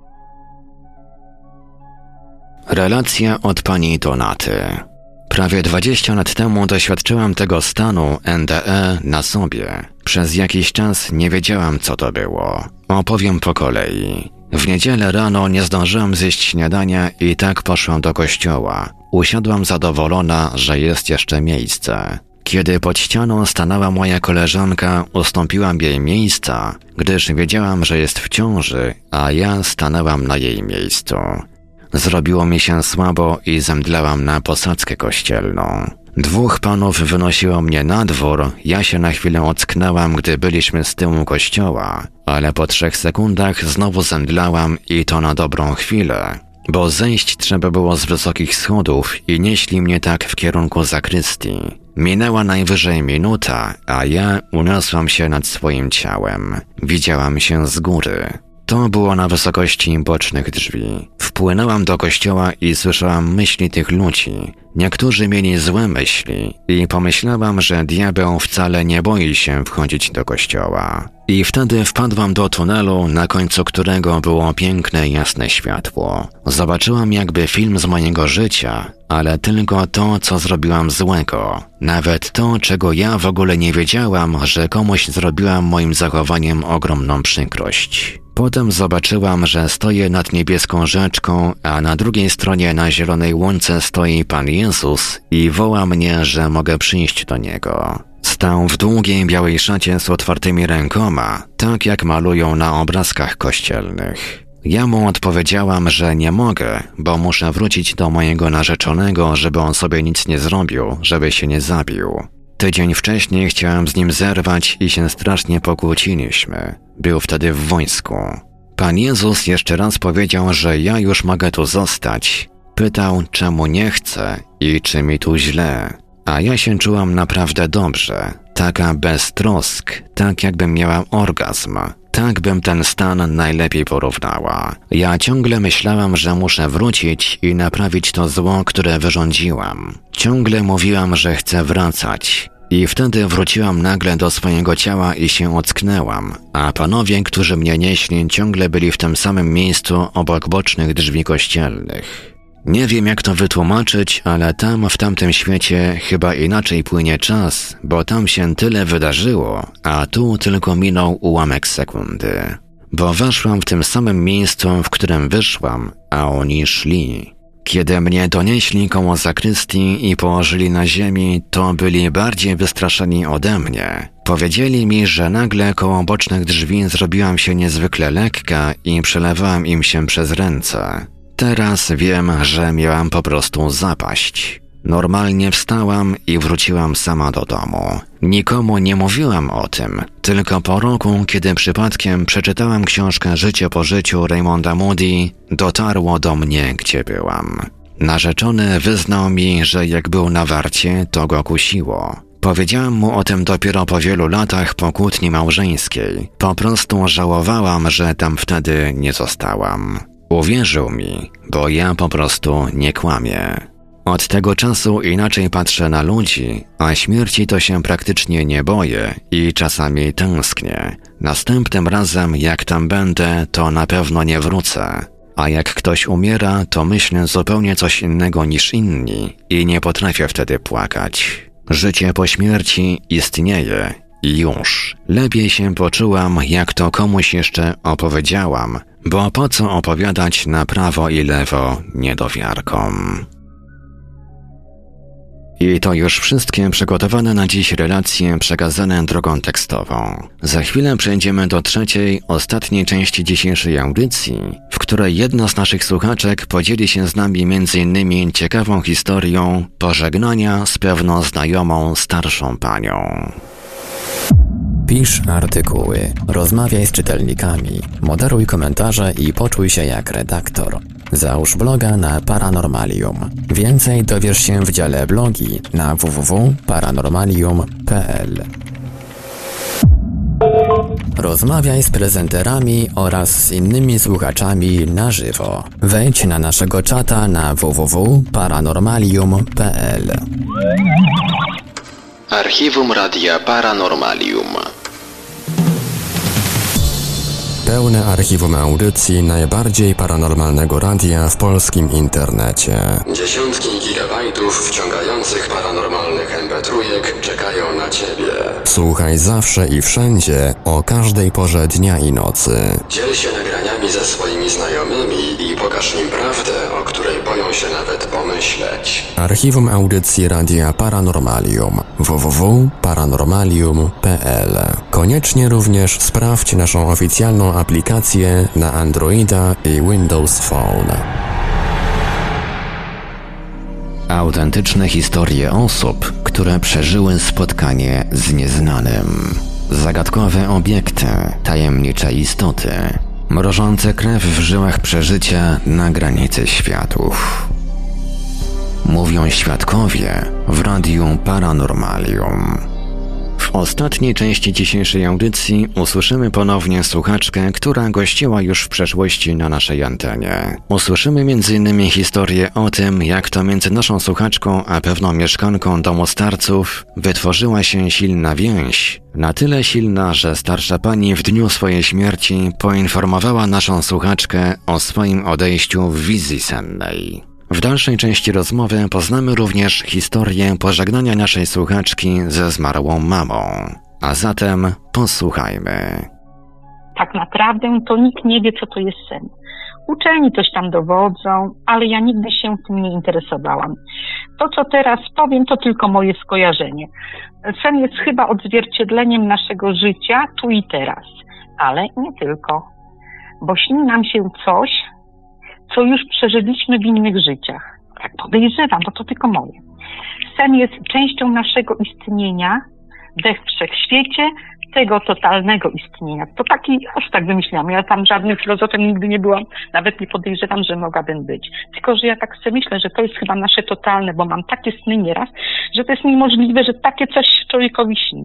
Relacja od pani Donaty. Prawie dwadzieścia lat temu doświadczyłam tego stanu N D E na sobie. Przez jakiś czas nie wiedziałam, co to było. Opowiem po kolei. W niedzielę rano nie zdążyłam zjeść śniadania i tak poszłam do kościoła. Usiadłam zadowolona, że jest jeszcze miejsce. Kiedy pod ścianą stanęła moja koleżanka, ustąpiłam jej miejsca, gdyż wiedziałam, że jest w ciąży, a ja stanęłam na jej miejscu. Zrobiło mi się słabo i zemdlałam na posadzkę kościelną. Dwóch panów wynosiło mnie na dwór, ja się na chwilę ocknęłam, gdy byliśmy z tyłu kościoła, ale po trzech sekundach znowu zemdlałam i to na dobrą chwilę, bo zejść trzeba było z wysokich schodów i nieśli mnie tak w kierunku zakrystii. Minęła najwyżej minuta, a ja uniosłam się nad swoim ciałem. Widziałam się z góry. To było na wysokości bocznych drzwi. Wpłynęłam do kościoła i słyszałam myśli tych ludzi. Niektórzy mieli złe myśli i pomyślałam, że diabeł wcale nie boi się wchodzić do kościoła. I wtedy wpadłam do tunelu, na końcu którego było piękne, jasne światło. Zobaczyłam jakby film z mojego życia, ale tylko to, co zrobiłam złego. Nawet to, czego ja w ogóle nie wiedziałam, że komuś zrobiłam moim zachowaniem ogromną przykrość. Potem zobaczyłam, że stoję nad niebieską rzeczką, a na drugiej stronie na zielonej łące stoi Pan Jezus i woła mnie, że mogę przyjść do Niego. Stał w długiej białej szacie z otwartymi rękoma, tak jak malują na obrazkach kościelnych. Ja mu odpowiedziałam, że nie mogę, bo muszę wrócić do mojego narzeczonego, żeby on sobie nic nie zrobił, żeby się nie zabił. Tydzień wcześniej chciałem z nim zerwać i się strasznie pokłóciliśmy. Był wtedy w wojsku. Pan Jezus jeszcze raz powiedział, że ja już mogę tu zostać. Pytał, czemu nie chcę i czy mi tu źle. A ja się czułam naprawdę dobrze. Taka bez trosk, tak jakbym miała orgazm. Tak bym ten stan najlepiej porównała. Ja ciągle myślałam, że muszę wrócić i naprawić to zło, które wyrządziłam. Ciągle mówiłam, że chcę wracać. I wtedy wróciłam nagle do swojego ciała i się ocknęłam, a panowie, którzy mnie nieśli, ciągle byli w tym samym miejscu obok bocznych drzwi kościelnych. Nie wiem, jak to wytłumaczyć, ale tam, w tamtym świecie, chyba inaczej płynie czas, bo tam się tyle wydarzyło, a tu tylko minął ułamek sekundy. Bo weszłam w tym samym miejscu, w którym wyszłam, a oni szli. Kiedy mnie donieśli koło zakrystii i położyli na ziemi, to byli bardziej wystraszeni ode mnie. Powiedzieli mi, że nagle koło bocznych drzwi zrobiłam się niezwykle lekka i przelewałam im się przez ręce. Teraz wiem, że miałam po prostu zapaść. Normalnie wstałam i wróciłam sama do domu. Nikomu nie mówiłam o tym, tylko po roku, kiedy przypadkiem przeczytałam książkę Życie po życiu Raymonda Moody, dotarło do mnie, gdzie byłam. Narzeczony wyznał mi, że jak był na warcie, to go kusiło. Powiedziałam mu o tym dopiero po wielu latach po kłótni małżeńskiej. Po prostu żałowałam, że tam wtedy nie zostałam. Uwierzył mi, bo ja po prostu nie kłamię. Od tego czasu inaczej patrzę na ludzi, a śmierci to się praktycznie nie boję i czasami tęsknię. Następnym razem, jak tam będę, to na pewno nie wrócę. A jak ktoś umiera, to myślę zupełnie coś innego niż inni i nie potrafię wtedy płakać. Życie po śmierci istnieje i już. Lepiej się poczułam, jak to komuś jeszcze opowiedziałam, bo po co opowiadać na prawo i lewo niedowiarkom. I to już wszystkie przygotowane na dziś relacje przekazane drogą tekstową. Za chwilę przejdziemy do trzeciej, ostatniej części dzisiejszej audycji, w której jedna z naszych słuchaczek podzieli się z nami między innymi ciekawą historią pożegnania z pewną znajomą starszą panią. Pisz artykuły, rozmawiaj z czytelnikami, moderuj komentarze i poczuj się jak redaktor. Załóż bloga na Paranormalium. Więcej dowiesz się w dziale blogi na w w w kropka paranormalium kropka p l. Rozmawiaj z prezenterami oraz z innymi słuchaczami na żywo. Wejdź na naszego czata na w w w kropka paranormalium kropka p l. Archiwum Radia Paranormalium. Pełne archiwum audycji najbardziej paranormalnego radia w polskim internecie. Dziesiątki gigabajtów wciągających paranormalnych em pe trzy czekają na Ciebie. Słuchaj zawsze i wszędzie, o każdej porze dnia i nocy. Dziel się nagraniami ze swoimi znajomymi i pokaż im prawdę, o której boją się nawet pomyśleć. Archiwum audycji Radia Paranormalium. w w w kropka paranormalium kropka p l. Koniecznie również sprawdź naszą oficjalną aplikację na Androida i Windows Phone. Autentyczne historie osób, które przeżyły spotkanie z nieznanym. Zagadkowe obiekty, tajemnicze istoty, mrożące krew w żyłach przeżycia na granicy światów. Mówią świadkowie w Radiu Paranormalium. W ostatniej części dzisiejszej audycji usłyszymy ponownie słuchaczkę, która gościła już w przeszłości na naszej antenie. Usłyszymy między innymi historię o tym, jak to między naszą słuchaczką a pewną mieszkanką domu starców wytworzyła się silna więź. Na tyle silna, że starsza pani w dniu swojej śmierci poinformowała naszą słuchaczkę o swoim odejściu w wizji sennej. W dalszej części rozmowy poznamy również historię pożegnania naszej słuchaczki ze zmarłą mamą. A zatem posłuchajmy. Tak naprawdę to nikt nie wie, co to jest sen. Uczeni coś tam dowodzą, ale ja nigdy się tym nie interesowałam. To, co teraz powiem, to tylko moje skojarzenie. Sen jest chyba odzwierciedleniem naszego życia tu i teraz, ale nie tylko. Bo śni nam się coś, co już przeżyliśmy w innych życiach. Jak podejrzewam, to to tylko moje. Sen jest częścią naszego istnienia we wszechświecie, tego totalnego istnienia. To taki, aż tak wymyślałam. Ja tam żadnym filozofem nigdy nie byłam, nawet nie podejrzewam, że mogłabym być. Tylko, że ja tak sobie myślę, że to jest chyba nasze totalne, bo mam takie sny nieraz, że to jest niemożliwe, że takie coś człowiekowi śni.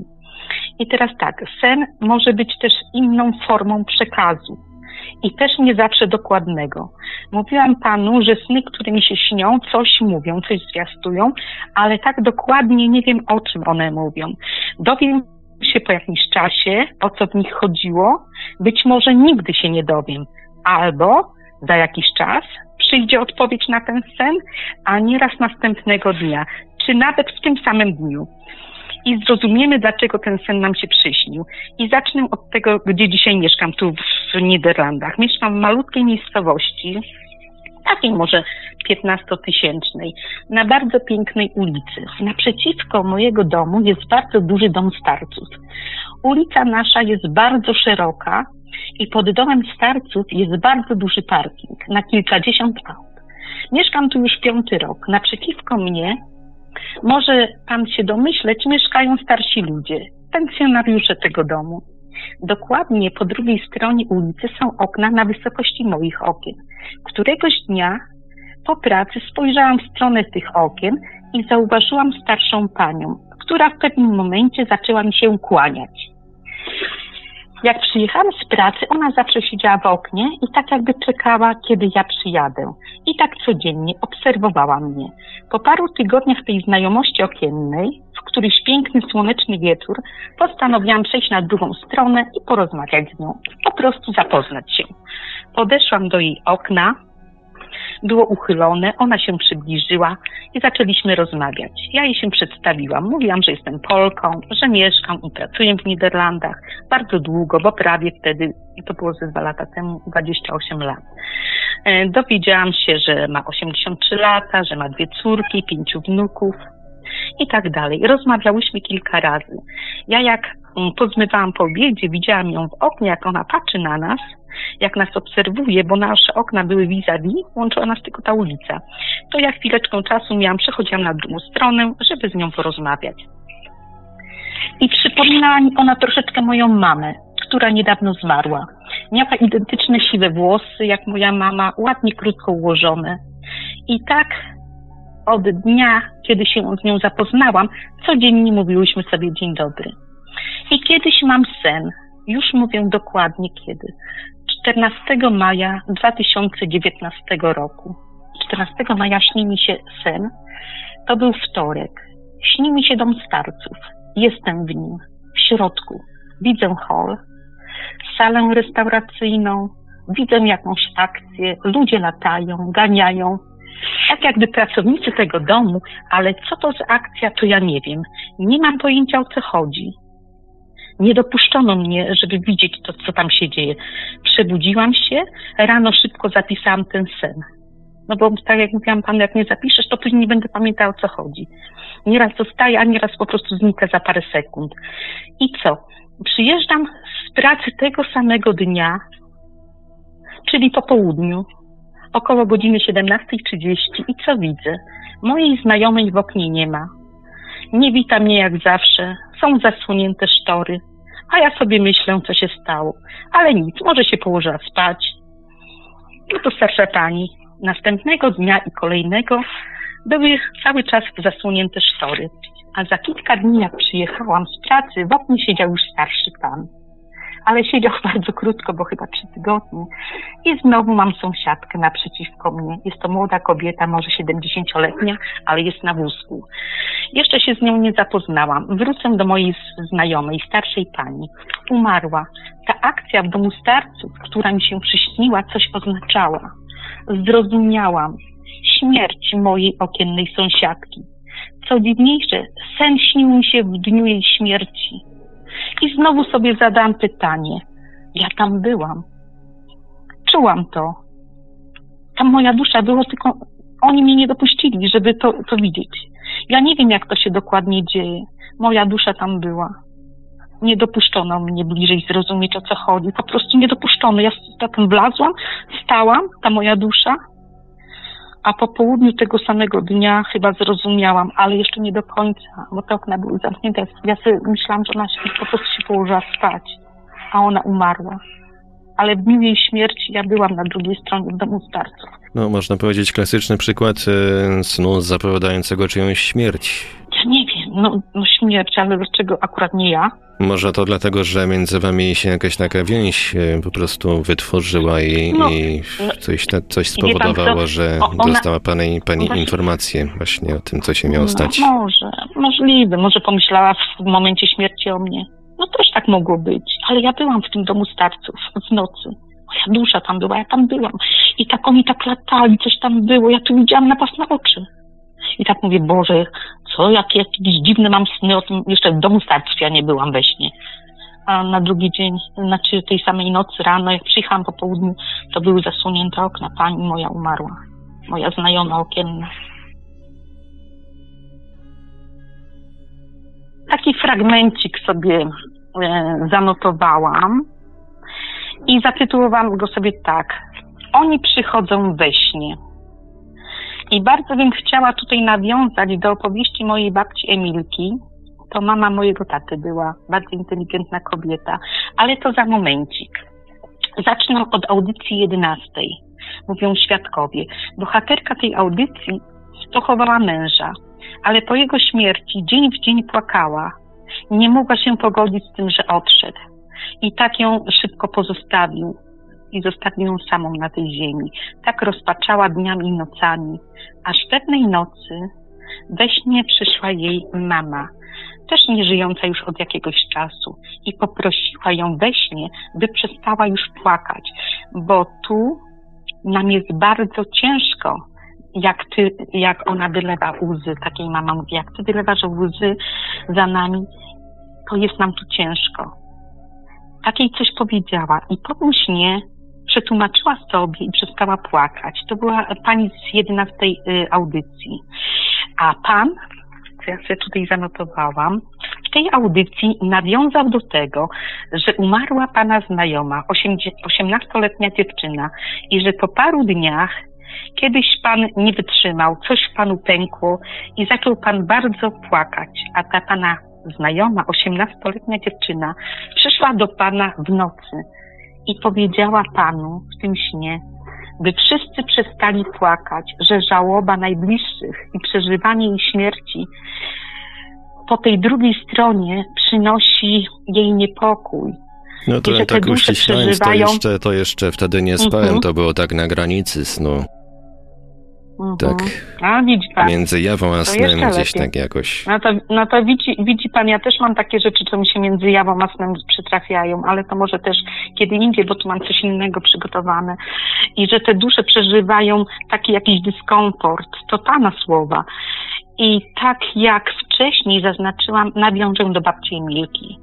I teraz tak, sen może być też inną formą przekazu. I też nie zawsze dokładnego. Mówiłam panu, że sny, które mi się śnią, coś mówią, coś zwiastują, ale tak dokładnie nie wiem, o czym one mówią. Dowiem się po jakimś czasie, o co w nich chodziło. Być może nigdy się nie dowiem. Albo za jakiś czas przyjdzie odpowiedź na ten sen, a nieraz następnego dnia, czy nawet w tym samym dniu. I zrozumiemy, dlaczego ten sen nam się przyśnił. I zacznę od tego, gdzie dzisiaj mieszkam, tu w Niderlandach. Mieszkam w malutkiej miejscowości, takiej może piętnastotysięcznej, na bardzo pięknej ulicy. Naprzeciwko mojego domu jest bardzo duży dom starców. Ulica nasza jest bardzo szeroka i pod domem starców jest bardzo duży parking na kilkadziesiąt aut. Mieszkam tu już piąty rok. Naprzeciwko mnie, może pan się domyśleć, mieszkają starsi ludzie, pensjonariusze tego domu. Dokładnie po drugiej stronie ulicy są okna na wysokości moich okien. Któregoś dnia po pracy spojrzałam w stronę tych okien i zauważyłam starszą panią, która w pewnym momencie zaczęła mi się kłaniać. Jak przyjechałam z pracy, ona zawsze siedziała w oknie i tak jakby czekała, kiedy ja przyjadę. I tak codziennie obserwowała mnie. Po paru tygodniach tej znajomości okiennej, w któryś piękny, słoneczny wieczór, postanowiłam przejść na drugą stronę i porozmawiać z nią. Po prostu zapoznać się. Podeszłam do jej okna, było uchylone, ona się przybliżyła i zaczęliśmy rozmawiać. Ja jej się przedstawiłam, mówiłam, że jestem Polką, że mieszkam i pracuję w Niderlandach bardzo długo, bo prawie wtedy, to było ze dwa lata temu, dwadzieścia osiem lat. E, dowiedziałam się, że ma osiemdziesiąt trzy lata, że ma dwie córki, pięciu wnuków i tak dalej. Rozmawiałyśmy kilka razy. Ja jak pozmywałam po obiedzie, widziałam ją w oknie, jak ona patrzy na nas, jak nas obserwuje, bo nasze okna były vis-a-vis, łączyła nas tylko ta ulica. To ja chwileczkę czasu miałam, przechodziłam na drugą stronę, żeby z nią porozmawiać. I przypominała mi ona troszeczkę moją mamę, która niedawno zmarła. Miała identyczne siwe włosy, jak moja mama, ładnie krótko ułożone. I tak od dnia, kiedy się z nią zapoznałam, codziennie mówiłyśmy sobie dzień dobry. I kiedyś mam sen, już mówię dokładnie kiedy, czternastego maja dwa tysiące dziewiętnastego roku. czternastego maja śni mi się sen, to był wtorek. Śni mi się dom starców. Jestem w nim, w środku. Widzę hol, salę restauracyjną, widzę jakąś akcję, ludzie latają, ganiają. Tak jakby pracownicy tego domu, ale co to za akcja, to ja nie wiem. Nie mam pojęcia, o co chodzi. Nie dopuszczono mnie, żeby widzieć to, co tam się dzieje. Przebudziłam się, rano szybko zapisałam ten sen. No bo tak jak mówiłam panu, jak nie zapiszesz, to później nie będę pamiętała, o co chodzi. Nieraz zostaje, a nieraz po prostu znika za parę sekund. I co? Przyjeżdżam z pracy tego samego dnia, czyli po południu, około godziny siedemnasta trzydzieści i co widzę? Mojej znajomej w oknie nie ma. Nie wita mnie jak zawsze, są zasłonięte sztory, a ja sobie myślę, co się stało. Ale nic, może się położyła spać. No to starsza pani. Następnego dnia i kolejnego były cały czas zasłonięte sztory. A za kilka dni, jak przyjechałam z pracy, w oknie siedział już starszy pan. Ale siedział bardzo krótko, bo chyba trzy tygodnie. I znowu mam sąsiadkę naprzeciwko mnie. Jest to młoda kobieta, może siedemdziesięcioletnia, ale jest na wózku. Jeszcze się z nią nie zapoznałam. Wrócę do mojej znajomej, starszej pani. Umarła. Ta akcja w domu starców, która mi się przyśniła, coś oznaczała. Zrozumiałam. Śmierć mojej okiennej sąsiadki. Co dziwniejsze, sen śnił mi się w dniu jej śmierci. I znowu sobie zadałam pytanie. Ja tam byłam. Czułam to. Tam moja dusza była, tylko oni mnie nie dopuścili, żeby to, to widzieć. Ja nie wiem, jak to się dokładnie dzieje. Moja dusza tam była. Nie dopuszczono mnie bliżej zrozumieć, o co chodzi. Po prostu nie dopuszczono. Ja tam wlazłam, stałam, ta moja dusza, a po południu tego samego dnia chyba zrozumiałam, ale jeszcze nie do końca, bo te okna były zamknięte. Ja sobie myślałam, że ona się, po prostu się położyła spać, a ona umarła. Ale w dniu jej śmierci ja byłam na drugiej stronie w domu starców. No, można powiedzieć klasyczny przykład e, snu zapowiadającego czyjąś śmierć. Ja nie wiem, no, no śmierć, ale dlaczego akurat nie ja? Może to dlatego, że między wami się jakaś taka więź e, po prostu wytworzyła i, no, i no, coś, coś spowodowało, pan, że ona, dostała pani, pani właśnie, informację właśnie o tym, co się miało stać. No, może, możliwe, może pomyślała w momencie śmierci o mnie. No też tak mogło być, ale ja byłam w tym domu starców w nocy. Moja dusza tam była, ja tam byłam. I tak oni tak latali, coś tam było, ja tu widziałam na własne oczy. I tak mówię, Boże, co, jak, jakieś dziwne mam sny o tym, jeszcze w domu starców ja nie byłam we śnie. A na drugi dzień, znaczy tej samej nocy rano, jak przyjechałam po południu, to były zasłonięte okna, pani moja umarła. Moja znajoma okienna. Taki fragmencik sobie e, zanotowałam i zatytułowałam go sobie tak. Oni przychodzą we śnie. I bardzo bym chciała tutaj nawiązać do opowieści mojej babci Emilki. To mama mojego taty była, bardzo inteligentna kobieta, ale to za momencik. Zacznę od audycji jedenastej. mówią świadkowie. Bohaterka tej audycji pochowała męża, ale po jego śmierci dzień w dzień płakała. Nie mogła się pogodzić z tym, że odszedł. I tak ją szybko pozostawił. I zostawił ją samą na tej ziemi. Tak rozpaczała dniami i nocami. Aż pewnej nocy we śnie przyszła jej mama, też nie żyjąca już od jakiegoś czasu, i poprosiła ją we śnie, by przestała już płakać, bo tu nam jest bardzo ciężko, jak ty, jak ona wylewa łzy. Takiej mama mówi, jak ty wylewasz łzy za nami, to jest nam tu ciężko. Takiej coś powiedziała i po tym śnie przetłumaczyła sobie i przestała płakać. To była pani z jedenastej y, audycji. A pan, co ja sobie tutaj zanotowałam, w tej audycji nawiązał do tego, że umarła pana znajoma, osiemnastoletnia dziewczyna, i że po paru dniach kiedyś pan nie wytrzymał, coś panu pękło i zaczął pan bardzo płakać, a ta pana znajoma, osiemnastoletnia dziewczyna, przyszła do pana w nocy i powiedziała panu w tym śnie, by wszyscy przestali płakać, że żałoba najbliższych i przeżywanie jej śmierci po tej drugiej stronie przynosi jej niepokój. No to I że tak te uściślając, przeżywają... to jeszcze, to jeszcze wtedy nie spałem, Mhm. to było tak na granicy snu. Mhm. Tak. A widzi pan. Między jawą a To snem jeszcze gdzieś lepiej. tak jakoś. No to, no to widzi, widzi pan, ja też mam takie rzeczy, co mi się między jawą a snem przytrafiają, ale to może też kiedy indziej, bo tu mam coś innego przygotowane. I że te dusze przeżywają taki jakiś dyskomfort, to pana słowa. I tak jak wcześniej zaznaczyłam, nawiążę do babci Emilki.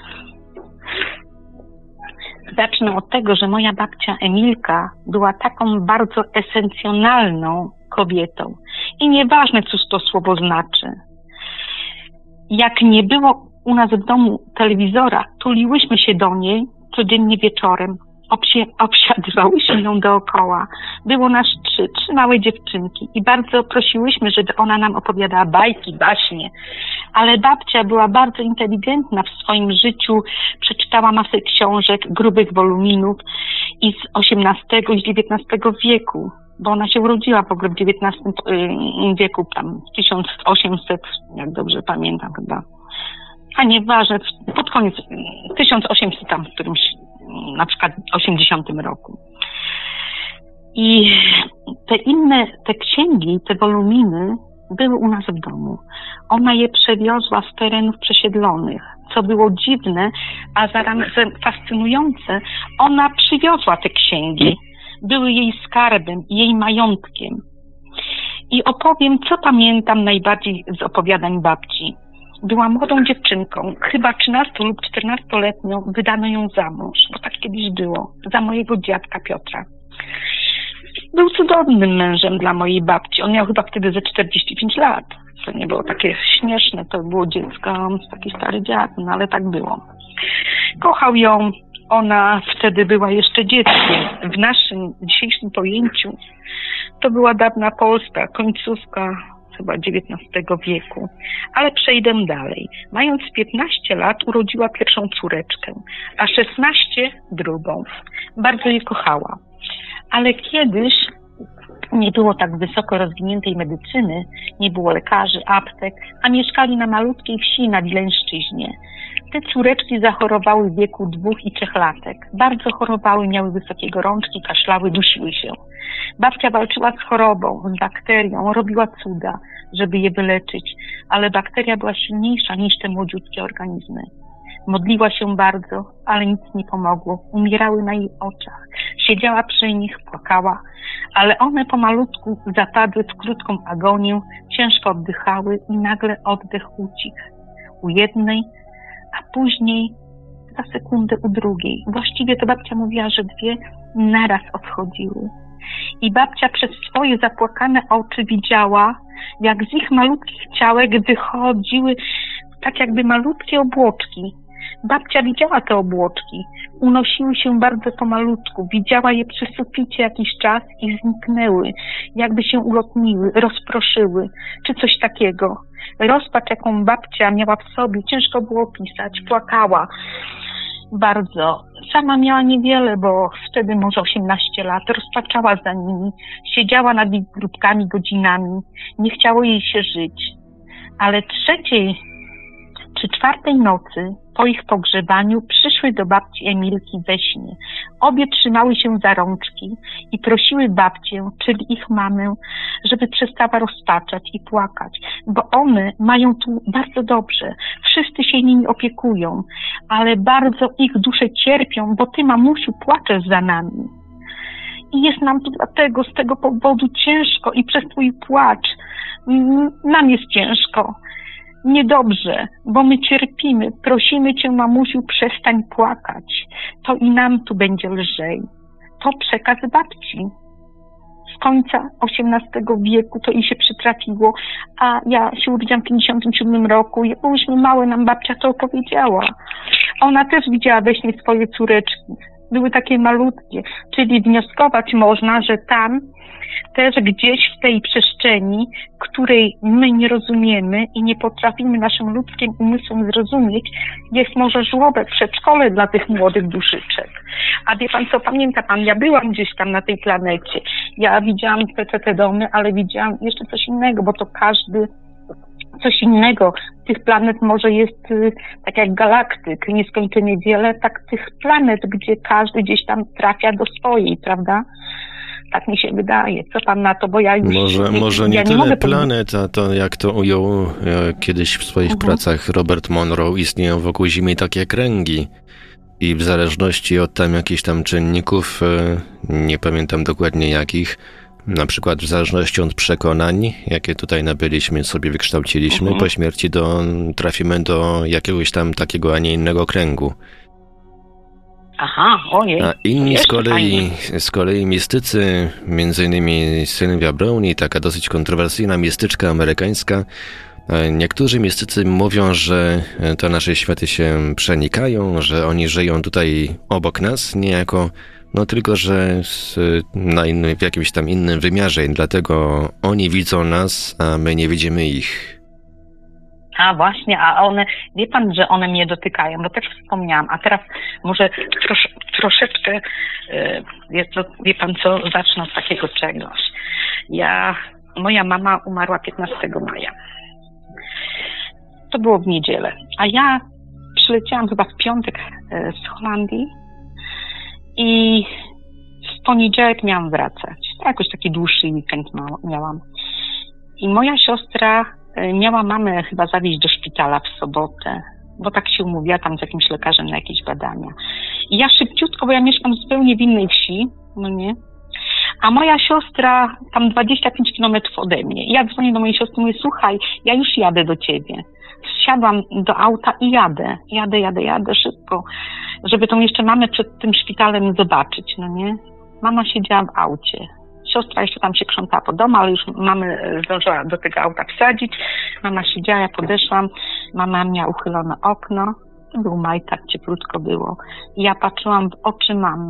Zacznę od tego, że moja babcia Emilka była taką bardzo esencjonalną kobietą. I nieważne, co to słowo znaczy. Jak nie było u nas w domu telewizora, tuliłyśmy się do niej codziennie wieczorem. Obsie, obsiadywałyśmy ją dookoła. Było nas trzy, trzy małe dziewczynki i bardzo prosiłyśmy, żeby ona nam opowiadała bajki, baśnie. Ale babcia była bardzo inteligentna w swoim życiu, przeczytała masę książek, grubych woluminów i z osiemnastego i z dziewiętnastego wieku, bo ona się urodziła w ogóle w dziewiętnastym wieku, tam tysiąc osiemset, jak dobrze pamiętam chyba, a nieważne, pod koniec, tysiąc osiemset tam w którymś, na przykład osiemdziesiątym roku. I te inne, te księgi, te woluminy były u nas w domu. Ona je przewiozła z terenów przesiedlonych, co było dziwne, a zarazem fascynujące. Ona przywiozła te księgi. Były jej skarbem, jej majątkiem. I opowiem, co pamiętam najbardziej z opowiadań babci. Była młodą dziewczynką, chyba trzynasto lub czternastoletnią, wydano ją za mąż, bo tak kiedyś było, za mojego dziadka Piotra. Był cudownym mężem dla mojej babci. On miał chyba wtedy ze czterdzieści pięć lat. To nie było takie śmieszne, to było dziecko, taki stary dziad, no ale tak było. Kochał ją, ona wtedy była jeszcze dzieckiem. W naszym dzisiejszym pojęciu to była dawna Polska, końcówka chyba dziewiętnastego wieku. Ale przejdę dalej. Mając piętnaście lat urodziła pierwszą córeczkę, a szesnaście drugą. Bardzo je kochała. Ale kiedyś nie było tak wysoko rozwiniętej medycyny, nie było lekarzy, aptek, a mieszkali na malutkiej wsi na Wileńszczyźnie. Te córeczki zachorowały w wieku dwóch i trzech latek. Bardzo chorowały, miały wysokie gorączki, kaszlały, dusiły się. Babcia walczyła z chorobą, z bakterią, robiła cuda, żeby je wyleczyć, ale bakteria była silniejsza niż te młodziutkie organizmy. Modliła się bardzo, ale nic nie pomogło. Umierały na jej oczach. Siedziała przy nich, płakała, ale one pomalutku zapadły w krótką agonię, ciężko oddychały i nagle oddech ucichł. U jednej, a później za sekundę u drugiej. Właściwie to babcia mówiła, że dwie naraz odchodziły. I babcia przez swoje zapłakane oczy widziała, jak z ich malutkich ciałek wychodziły tak jakby malutkie obłoczki. Babcia widziała te obłoczki, unosiły się bardzo pomalutku, widziała je przy suficie jakiś czas i zniknęły, jakby się ulotniły, rozproszyły, czy coś takiego. Rozpacz, jaką babcia miała w sobie, ciężko było opisać, płakała. Bardzo. Sama miała niewiele, bo wtedy może osiemnaście lat, rozpaczała za nimi, siedziała nad ich grupkami godzinami, nie chciało jej się żyć. Ale trzeciej czy czwartej nocy po ich pogrzebaniu przyszły do babci Emilki we śnie. Obie trzymały się za rączki i prosiły babcię, czyli ich mamę, żeby przestała rozpaczać i płakać, bo one mają tu bardzo dobrze, wszyscy się nimi opiekują, ale bardzo ich dusze cierpią, bo ty, mamusiu, płaczesz za nami. I jest nam tu dlatego, z tego powodu ciężko i przez twój płacz nam jest ciężko. Niedobrze, bo my cierpimy. Prosimy cię, mamusiu, przestań płakać. To i nam tu będzie lżej. To przekaz babci. Z końca osiemnastego wieku to jej się przytrafiło, a ja się urodziłam w pięćdziesiątym siódmym roku. Jak byłyśmy małe, nam babcia to opowiedziała. Ona też widziała we śnie swoje córeczki. Były takie malutkie, czyli wnioskować można, że tam też gdzieś w tej przestrzeni, której my nie rozumiemy i nie potrafimy naszym ludzkim umysłem zrozumieć, jest może żłobę, przedszkole dla tych młodych duszyczek. A wie pan co, pamięta pan, ja byłam gdzieś tam na tej planecie. Ja widziałam te, te domy, ale widziałam jeszcze coś innego, bo to każdy coś innego. Tych planet może jest tak jak galaktyk, nieskończenie wiele, tak tych planet, gdzie każdy gdzieś tam trafia do swojej, prawda? Tak mi się wydaje. Co pan na to, bo ja już... Może, nie, może nie ja tyle nie mogę planet, a to jak to ujął e, kiedyś w swoich mhm. pracach Robert Monroe, istnieją wokół Ziemi takie kręgi i w zależności od tam jakichś tam czynników, e, nie pamiętam dokładnie jakich, na przykład w zależności od przekonań, jakie tutaj nabyliśmy, sobie wykształciliśmy, mhm. po śmierci do, trafimy do jakiegoś tam takiego, a nie innego kręgu. Aha, ojej. A inni z kolei, z kolei mistycy, między innymi Sylwia Brownie, taka dosyć kontrowersyjna mistyczka amerykańska, niektórzy mistycy mówią, że te nasze światy się przenikają, że oni żyją tutaj obok nas, niejako, no tylko, że z, na innym, w jakimś tam innym wymiarze i dlatego oni widzą nas, a my nie widzimy ich. A właśnie, a one, wie pan, że one mnie dotykają, bo też wspomniałam, a teraz może trosz, troszeczkę, wie, co, wie pan co, zacznę od takiego czegoś. Ja, moja mama umarła piętnastego maja. To było w niedzielę, a ja przyleciałam chyba w piątek z Holandii i w poniedziałek miałam wracać. Jakoś taki dłuższy weekend miałam. I moja siostra miała mamę chyba zawieźć do szpitala w sobotę, bo tak się umówiła tam z jakimś lekarzem na jakieś badania. I ja szybciutko, bo ja mieszkam zupełnie w innej wsi, no nie? A moja siostra tam dwadzieścia pięć kilometrów ode mnie. I ja dzwonię do mojej siostry i mówię, słuchaj, ja już jadę do ciebie. Wsiadłam do auta i jadę. Jadę, jadę, jadę szybko, żeby tą jeszcze mamę przed tym szpitalem zobaczyć, no nie? Mama siedziała w aucie. Siostra jeszcze tam się krzątała po domu, ale już mamy zdążyła do tego auta wsadzić. Mama siedziała, ja podeszłam. Mama miała uchylone okno. To był maj, tak cieplutko było. I ja patrzyłam w oczy mamy.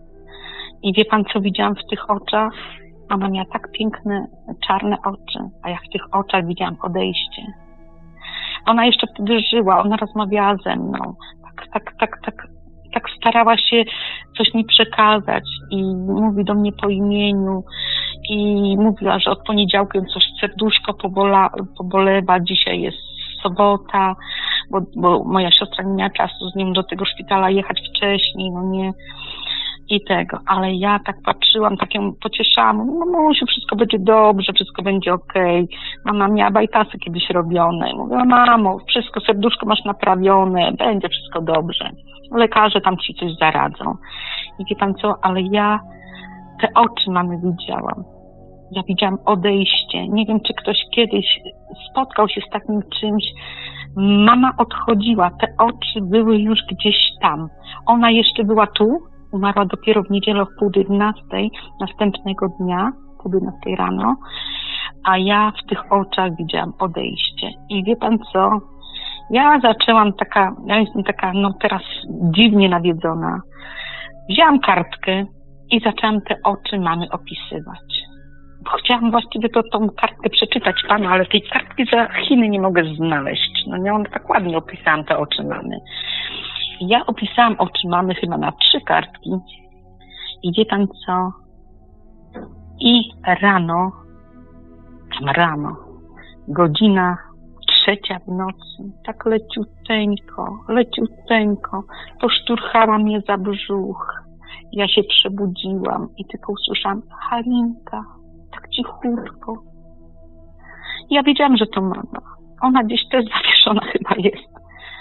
I wie pan, co widziałam w tych oczach? Mama miała tak piękne, czarne oczy, a ja w tych oczach widziałam odejście. Ona jeszcze wtedy żyła, ona rozmawiała ze mną. Tak, tak, tak, tak. Tak starała się coś mi przekazać i mówi do mnie po imieniu i mówiła, że od poniedziałku coś serduszko pobola, pobolewa, dzisiaj jest sobota, bo, bo moja siostra nie miała czasu z nią do tego szpitala jechać wcześniej, no nie, i tego, ale ja tak patrzyłam, tak ją pocieszałam, no mamusiu, wszystko będzie dobrze, wszystko będzie okej. Okay. Mama miała bajtasy kiedyś robione, mówiła, mamo, wszystko, serduszko masz naprawione, będzie wszystko dobrze. Lekarze tam ci coś zaradzą. I wie pan co, ale ja te oczy mamy widziałam. Ja widziałam odejście. Nie wiem, czy ktoś kiedyś spotkał się z takim czymś. Mama odchodziła, te oczy były już gdzieś tam. Ona jeszcze była tu, umarła dopiero w niedzielę o pół do jedenastej następnego dnia, pół do jedenastej rano, a ja w tych oczach widziałam odejście. I wie pan co? Ja zaczęłam taka, ja jestem taka, no teraz dziwnie nawiedzona. Wzięłam kartkę i zaczęłam te oczy mamy opisywać. Bo chciałam właściwie to tą kartkę przeczytać panu, ale tej kartki za Chiny nie mogę znaleźć. No nie, on tak ładnie opisałam te oczy mamy. Ja opisałam oczy mamy chyba na trzy kartki. I wie pan co? I rano, tam rano, godzina trzecia w nocy, tak leciuteńko, leciuteńko, poszturchała mnie za brzuch. Ja się przebudziłam i tylko usłyszałam: Halinka, tak cichutko. Ja wiedziałam, że to mama. Ona gdzieś też zawieszona chyba jest.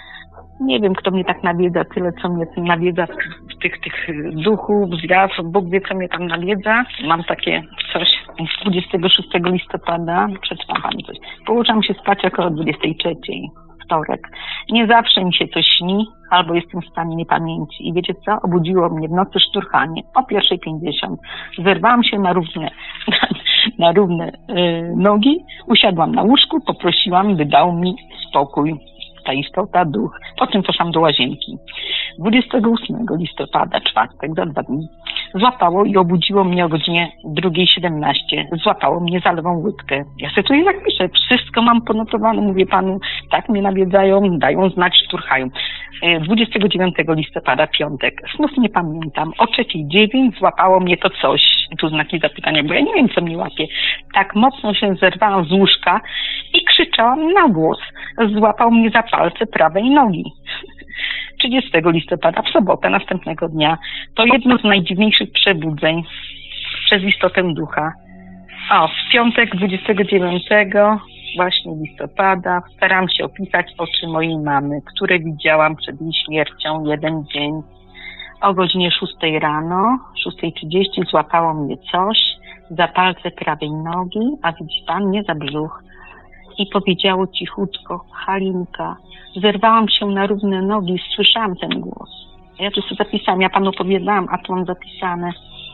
Nie wiem, kto mnie tak nawiedza, tyle co mnie nawiedza w tych, tych duchów, zjaw, Bóg wie, co mnie tam nawiedza. Mam takie coś dwudziestego szóstego listopada, przeczytam pani coś. Położyłam się spać około dwudziestej trzeciej, wtorek. Nie zawsze mi się coś śni, albo jestem w stanie niepamięci. I wiecie co? Obudziło mnie w nocy szturchanie o pierwszej pięćdziesiąt. Zerwałam się na równe, na, na równe yy, nogi, usiadłam na łóżku, poprosiłam, by dał mi spokój. Ta istota, duch. Potem poszłam do łazienki. dwudziestego ósmego listopada, czwartek, za dwa dni, złapało i obudziło mnie o godzinie drugiej siedemnaście. Złapało mnie za lewą łydkę. Ja sobie tutaj zapiszę. Wszystko mam ponotowane. Mówię panu, tak mnie nawiedzają, dają znać, szturchają. dwudziestego dziewiątego listopada, piątek. Znów nie pamiętam. O trzeciej dziewięć złapało mnie to coś. Tu znaki zapytania, bo ja nie wiem, co mnie łapie. Tak mocno się zerwałam z łóżka i krzyczałam na głos. Złapał mnie za palce prawej nogi. trzydziestego listopada, w sobotę następnego dnia. To jedno z najdziwniejszych przebudzeń przez istotę ducha. O, w piątek dwudziestego dziewiątego właśnie listopada staram się opisać oczy mojej mamy, które widziałam przed jej śmiercią jeden dzień. O godzinie szóstej rano, szóstej trzydzieści złapało mnie coś za palce prawej nogi, a widzi pan, nie za brzuch. I powiedziało cichutko: Halinka. Zerwałam się na równe nogi i słyszałam ten głos. Ja tu sobie zapisałam, ja panu opowiadałam, a tu mam zapisane.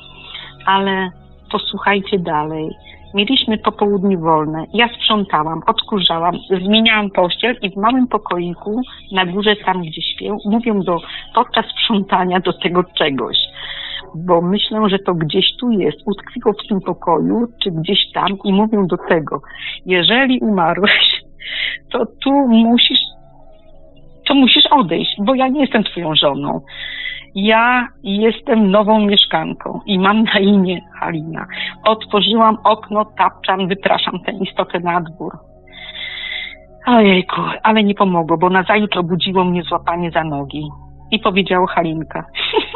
Ale posłuchajcie dalej. Mieliśmy popołudnie wolne. Ja sprzątałam, odkurzałam, zmieniałam pościel i w małym pokoiku na górze, tam gdzie śpię, mówię do, podczas sprzątania do tego czegoś. Bo myślę, że to gdzieś tu jest, utkwiło w tym pokoju, czy gdzieś tam i mówię do tego: jeżeli umarłeś, to tu musisz, to musisz odejść, bo ja nie jestem twoją żoną. Ja jestem nową mieszkanką i mam na imię Halina. Otworzyłam okno, tapczam, wypraszam tę istotę na dwór. Ojejku, ale nie pomogło, bo nazajutrz obudziło mnie złapanie za nogi. I powiedziało: Halinka.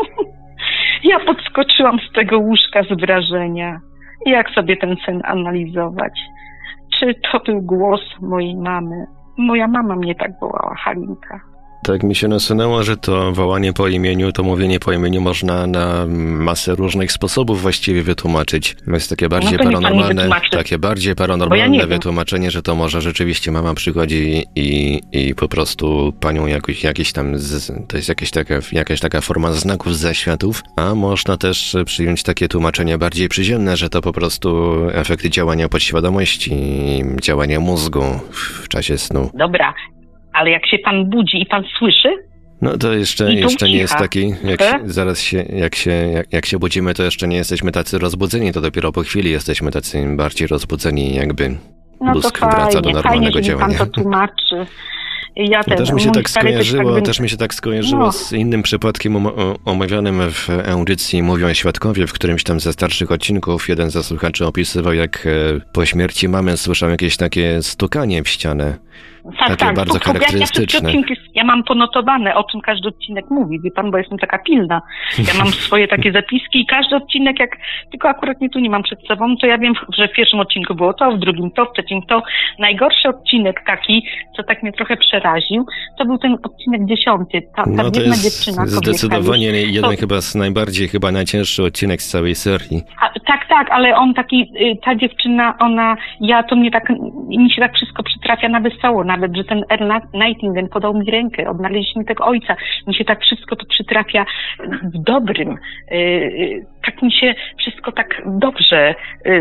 Ja podskoczyłam z tego łóżka z wrażenia. Jak sobie ten sen analizować? Czy to był głos mojej mamy? Moja mama mnie tak wołała: Halinka. Tak mi się nasunęło, że to wołanie po imieniu, to mówienie po imieniu można na masę różnych sposobów właściwie wytłumaczyć. Jest takie bardziej no paranormalne, takie bardziej paranormalne ja wytłumaczenie, że to może rzeczywiście mama przychodzi i, i po prostu panią jakoś, jakiś tam, z, to jest jakieś taka, jakaś taka forma znaków ze światów, a można też przyjąć takie tłumaczenie bardziej przyziemne, że to po prostu efekty działania podświadomości, działania mózgu w czasie snu. Dobra. Ale jak się pan budzi i pan słyszy? No to jeszcze, jeszcze nie jest taki, jak się, zaraz się, jak się, jak, jak się budzimy, to jeszcze nie jesteśmy tacy rozbudzeni, to dopiero po chwili jesteśmy tacy bardziej rozbudzeni, jakby no mózg fajnie, wraca do normalnego fajnie, działania. Pan to tłumaczy. Ja ten, też mi się tak skojarzyło, tak też mi się tak skojarzyło no. z innym przypadkiem om- omawianym w audycji Mówią Świadkowie, w którymś tam ze starszych odcinków jeden ze słuchaczy opisywał, jak po śmierci mamy słyszał jakieś takie stukanie w ścianę. Tak, takie tak, bardzo to, to, charakterystyczne. Ja, ja mam ponotowane, o czym każdy odcinek mówi, wie pan, bo jestem taka pilna. Ja mam swoje takie zapiski i każdy odcinek, jak tylko akurat nie tu nie mam przed sobą, to ja wiem, że w pierwszym odcinku było to, w drugim to, w trzecim to. Najgorszy odcinek taki, co tak mnie trochę przeraził, to był ten odcinek dziesiąty. Ta, ta no to jedna jest dziewczyna, zdecydowanie kobieta, jeden to... chyba z najbardziej, chyba najcięższy odcinek z całej serii. A, tak, tak, ale on taki, ta dziewczyna, ona, ja to mnie tak, mi się tak wszystko przytrafia na wesoło, nawet, że ten Earl Nightingale podał mi rękę, odnaleźliśmy tego ojca. Mi się tak wszystko to przytrafia w dobrym. Tak mi się wszystko tak dobrze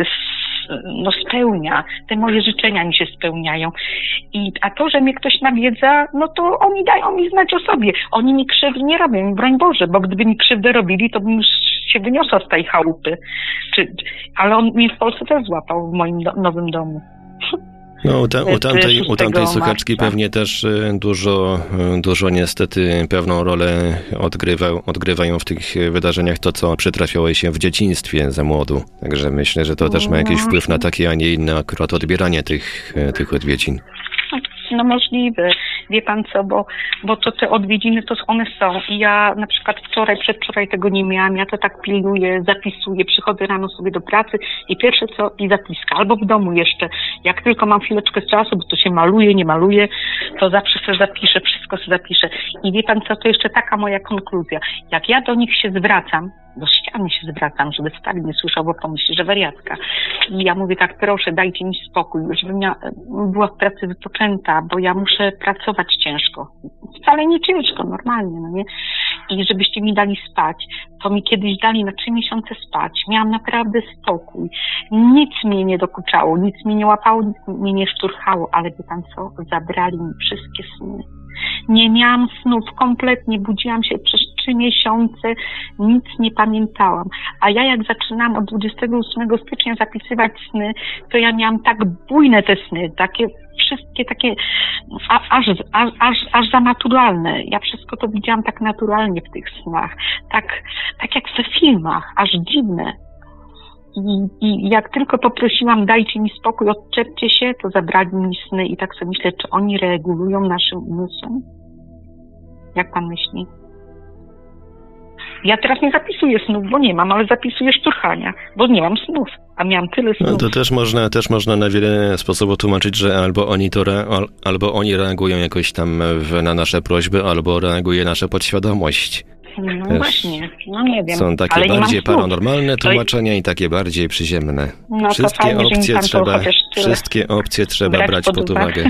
no, spełnia. Te moje życzenia mi się spełniają. I, a to, że mnie ktoś nawiedza, no to oni dają mi znać o sobie. Oni mi krzywdy nie robią, broń Boże, bo gdyby mi krzywdę robili, to bym już się wyniosła z tej chałupy. Czy, ale on mnie w Polsce też złapał w moim do, nowym domu. No u, ta, u tamtej, u tamtej słuchaczki pewnie też dużo, dużo niestety pewną rolę odgrywa, odgrywają w tych wydarzeniach to, co przytrafiało się w dzieciństwie za młodu. Także myślę, że to też ma jakiś wpływ na takie, a nie inne akurat odbieranie tych, tych odwiedzin. No możliwe, wie pan co, bo, bo to te odwiedziny to one są i ja na przykład wczoraj, przedwczoraj tego nie miałam, ja to tak pilnuję, zapisuję, przychodzę rano sobie do pracy i pierwsze co i zapiska, albo w domu jeszcze, jak tylko mam chwileczkę czasu, bo to się maluje, nie maluje, to zawsze sobie zapiszę, wszystko sobie zapiszę i wie pan co, to jeszcze taka moja konkluzja, jak ja do nich się zwracam, do ściany się zwracam, żeby Stalin nie słyszał, bo pomyśli, że wariatka. I ja mówię tak, proszę, dajcie mi spokój, żebym ja była w pracy wypoczęta, bo ja muszę pracować ciężko. Wcale nie ciężko, normalnie, no nie? I żebyście mi dali spać. To mi kiedyś dali na trzy miesiące spać. Miałam naprawdę spokój. Nic mnie nie dokuczało, nic mnie nie łapało, nic mnie nie szturchało, ale wie pan co? Zabrali mi wszystkie sny. Nie miałam snów kompletnie, budziłam się przez trzy miesiące, nic nie pamiętałam. A ja jak zaczynałam od dwudziestego ósmego stycznia zapisywać sny, to ja miałam tak bujne te sny, takie wszystkie takie a, aż, aż, aż, aż za naturalne. Ja wszystko to widziałam tak naturalnie w tych snach, tak, tak jak we filmach, aż dziwne. I, I jak tylko poprosiłam, dajcie mi spokój, odczepcie się, to zabrali mi sny i tak sobie myślę, czy oni regulują naszym umysłem? Jak pan myśli? Ja teraz nie zapisuję snów, bo nie mam, ale zapisuję szturchania, bo nie mam snów, a miałam tyle snów. No to też można, też można na wiele sposobów tłumaczyć, że albo oni to re, albo oni reagują jakoś tam w, na nasze prośby, albo reaguje nasza podświadomość. No też właśnie, no nie wiem. Są takie ale bardziej paranormalne tłumaczenia i takie bardziej przyziemne. No wszystkie fajnie, opcje trzeba, wszystkie opcje trzeba brać pod, pod uwagę.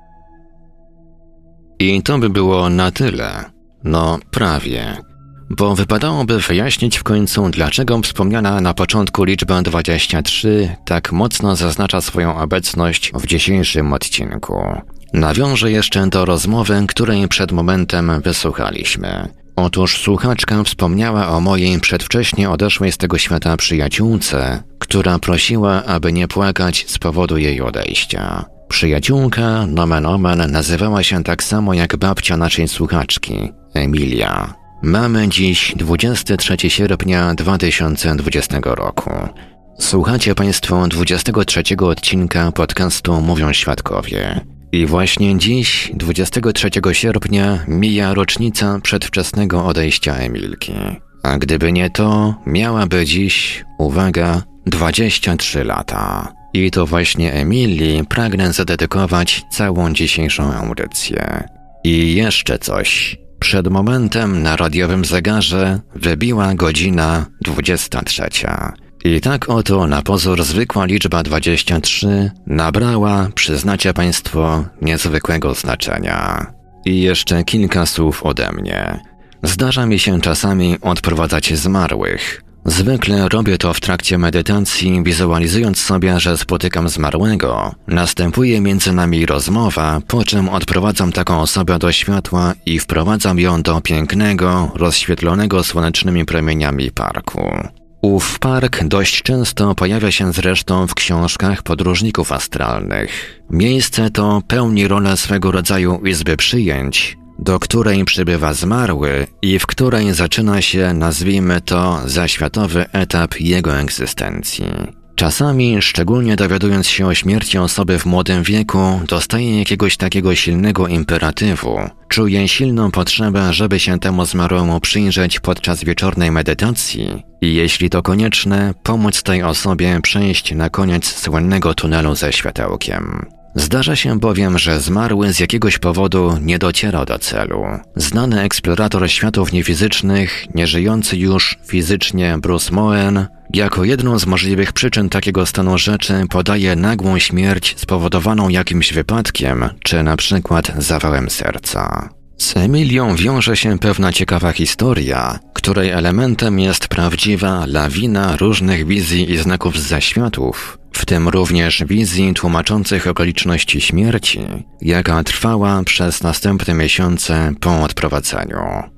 I to by było na tyle. No prawie. Bo wypadałoby wyjaśnić w końcu, dlaczego wspomniana na początku liczba dwadzieścia trzy tak mocno zaznacza swoją obecność w dzisiejszym odcinku. Nawiążę jeszcze do rozmowy, której przed momentem wysłuchaliśmy. Otóż słuchaczka wspomniała o mojej przedwcześnie odeszłej z tego świata przyjaciółce, która prosiła, aby nie płakać z powodu jej odejścia. Przyjaciółka, nomen omen, nazywała się tak samo jak babcia naszej słuchaczki, Emilia. Mamy dziś dwudziestego trzeciego sierpnia dwa tysiące dwudziestego roku. Słuchacie Państwo dwudziestego trzeciego odcinka podcastu Mówią Świadkowie. I właśnie dziś, dwudziestego trzeciego sierpnia, mija rocznica przedwczesnego odejścia Emilki. A gdyby nie to, miałaby dziś, uwaga, dwadzieścia trzy lata. I to właśnie Emilii pragnę zadedykować całą dzisiejszą audycję. I jeszcze coś. Przed momentem na radiowym zegarze wybiła godzina dwudziesta trzecia. I tak oto na pozór zwykła liczba dwadzieścia trzy nabrała, przyznacie Państwo, niezwykłego znaczenia. I jeszcze kilka słów ode mnie. Zdarza mi się czasami odprowadzać zmarłych. Zwykle robię to w trakcie medytacji, wizualizując sobie, że spotykam zmarłego. Następuje między nami rozmowa, po czym odprowadzam taką osobę do światła i wprowadzam ją do pięknego, rozświetlonego słonecznymi promieniami parku. Ów park dość często pojawia się zresztą w książkach podróżników astralnych. Miejsce to pełni rolę swego rodzaju izby przyjęć, do której przybywa zmarły i w której zaczyna się, nazwijmy to, zaświatowy etap jego egzystencji. Czasami, szczególnie dowiadując się o śmierci osoby w młodym wieku, dostaje jakiegoś takiego silnego imperatywu. Czuje silną potrzebę, żeby się temu zmarłemu przyjrzeć podczas wieczornej medytacji i jeśli to konieczne, pomóc tej osobie przejść na koniec słynnego tunelu ze światełkiem. Zdarza się bowiem, że zmarły z jakiegoś powodu nie dociera do celu. Znany eksplorator światów niefizycznych, nieżyjący już fizycznie Bruce Moen, jako jedną z możliwych przyczyn takiego stanu rzeczy podaje nagłą śmierć spowodowaną jakimś wypadkiem, czy na przykład zawałem serca. Z Emilią wiąże się pewna ciekawa historia, której elementem jest prawdziwa lawina różnych wizji i znaków z zaświatów, w tym również wizji tłumaczących okoliczności śmierci, jaka trwała przez następne miesiące po odprowadzeniu.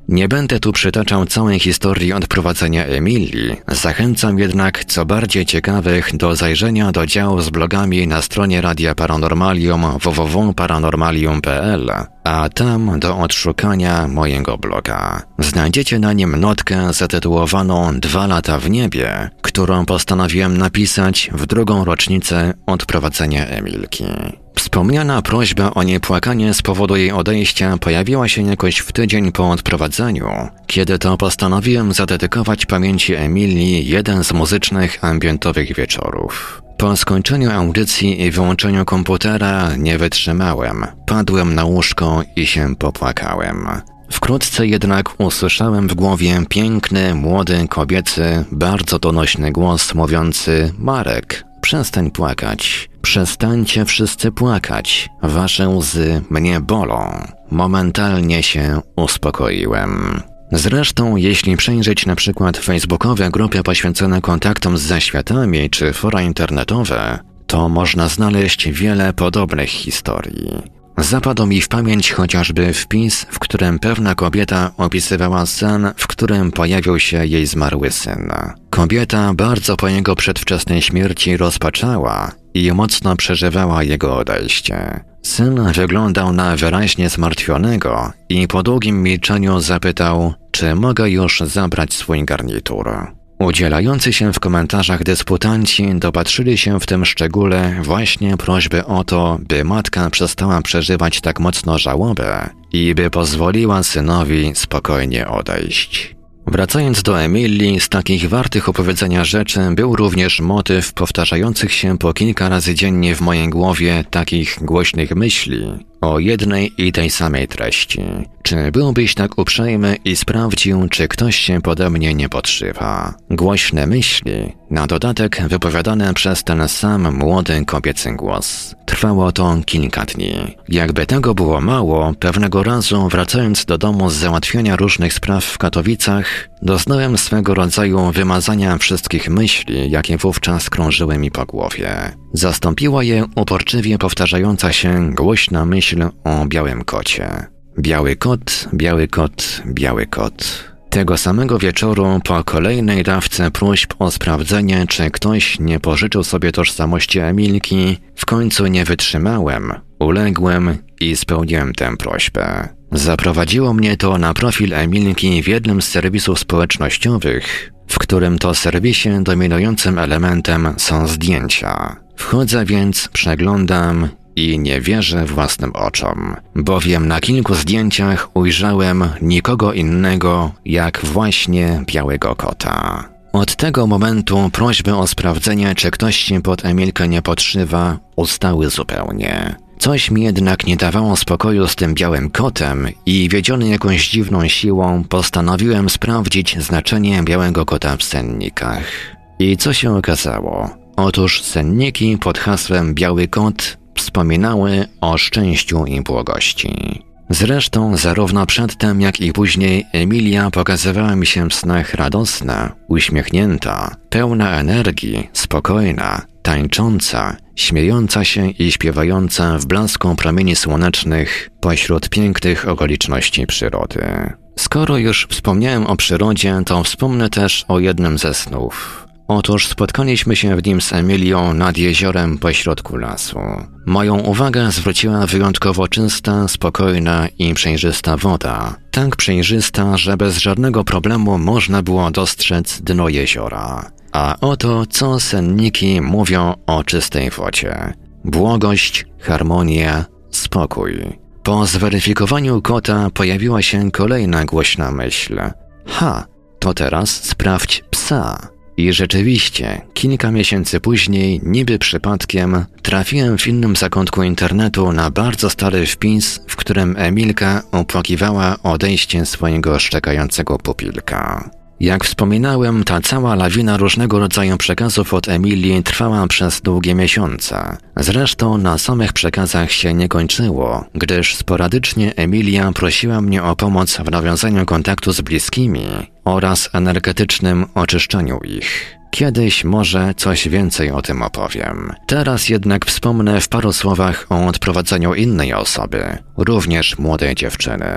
Nie będę tu przytaczał całej historii odprowadzenia Emilii, zachęcam jednak co bardziej ciekawych do zajrzenia do działu z blogami na stronie Radia Paranormalium w w w kropka paranormalium kropka p l, a tam do odszukania mojego bloga. Znajdziecie na nim notkę zatytułowaną Dwa lata w niebie, którą postanowiłem napisać w drugą rocznicę odprowadzenia Emilki. Wspomniana prośba o niepłakanie z powodu jej odejścia pojawiła się jakoś w tydzień po odprowadzeniu, kiedy to postanowiłem zadedykować pamięci Emilii jeden z muzycznych ambientowych wieczorów. Po skończeniu audycji i wyłączeniu komputera nie wytrzymałem, padłem na łóżko i się popłakałem. Wkrótce jednak usłyszałem w głowie piękny, młody, kobiecy, bardzo donośny głos mówiący: Marek, przestań płakać. Przestańcie wszyscy płakać. Wasze łzy mnie bolą. Momentalnie się uspokoiłem. Zresztą, jeśli przejrzeć na przykład facebookowe grupy poświęcone kontaktom z zaświatami czy fora internetowe, to można znaleźć wiele podobnych historii. Zapadł mi w pamięć chociażby wpis, w którym pewna kobieta opisywała sen, w którym pojawił się jej zmarły syn. Kobieta bardzo po jego przedwczesnej śmierci rozpaczała i mocno przeżywała jego odejście. Syn wyglądał na wyraźnie zmartwionego i po długim milczeniu zapytał, czy mogę już zabrać swój garnitur. Udzielający się w komentarzach dysputanci dopatrzyli się w tym szczególe właśnie prośby o to, by matka przestała przeżywać tak mocno żałobę i by pozwoliła synowi spokojnie odejść. Wracając do Emilii, z takich wartych opowiedzenia rzeczy był również motyw powtarzających się po kilka razy dziennie w mojej głowie takich głośnych myśli o jednej i tej samej treści. Czy byłbyś tak uprzejmy i sprawdził, czy ktoś się pode mnie nie podszywa? Głośne myśli, na dodatek wypowiadane przez ten sam młody kobiecy głos. Trwało to kilka dni. Jakby tego było mało, pewnego razu wracając do domu z załatwiania różnych spraw w Katowicach, doznałem swego rodzaju wymazania wszystkich myśli, jakie wówczas krążyły mi po głowie. Zastąpiła je uporczywie powtarzająca się głośna myśl o białym kocie. Biały kot, biały kot, biały kot. Tego samego wieczoru po kolejnej dawce próśb o sprawdzenie, czy ktoś nie pożyczył sobie tożsamości Emilki, w końcu nie wytrzymałem, uległem i spełniłem tę prośbę. Zaprowadziło mnie to na profil Emilki w jednym z serwisów społecznościowych, w którym to serwisie dominującym elementem są zdjęcia. Wchodzę więc, przeglądam i nie wierzę własnym oczom, bowiem na kilku zdjęciach ujrzałem nikogo innego jak właśnie białego kota. Od tego momentu prośby o sprawdzenie, czy ktoś się pod Emilkę nie podszywa, ustały zupełnie. Coś mi jednak nie dawało spokoju z tym białym kotem i wiedziony jakąś dziwną siłą postanowiłem sprawdzić znaczenie białego kota w sennikach. I co się okazało? Otóż senniki pod hasłem Biały Kot wspominały o szczęściu i błogości. Zresztą zarówno przedtem, jak i później Emilia pokazywała mi się w snach radosna, uśmiechnięta, pełna energii, spokojna, tańcząca, śmiejąca się i śpiewająca w blasku promieni słonecznych pośród pięknych okoliczności przyrody. Skoro już wspomniałem o przyrodzie, to wspomnę też o jednym ze snów. Otóż spotkaliśmy się w nim z Emilią nad jeziorem pośrodku lasu. Moją uwagę zwróciła wyjątkowo czysta, spokojna i przejrzysta woda. Tak przejrzysta, że bez żadnego problemu można było dostrzec dno jeziora. A oto co senniki mówią o czystej wodzie. Błogość, harmonia, spokój. Po zweryfikowaniu kota pojawiła się kolejna głośna myśl. Ha, to teraz sprawdź psa. I rzeczywiście, kilka miesięcy później, niby przypadkiem, trafiłem w innym zakątku internetu na bardzo stary wpis, w którym Emilka opłakiwała odejście swojego szczekającego pupilka. Jak wspominałem, ta cała lawina różnego rodzaju przekazów od Emilii trwała przez długie miesiące. Zresztą na samych przekazach się nie kończyło, gdyż sporadycznie Emilia prosiła mnie o pomoc w nawiązaniu kontaktu z bliskimi oraz energetycznym oczyszczaniu ich. Kiedyś może coś więcej o tym opowiem. Teraz jednak wspomnę w paru słowach o odprowadzeniu innej osoby, również młodej dziewczyny.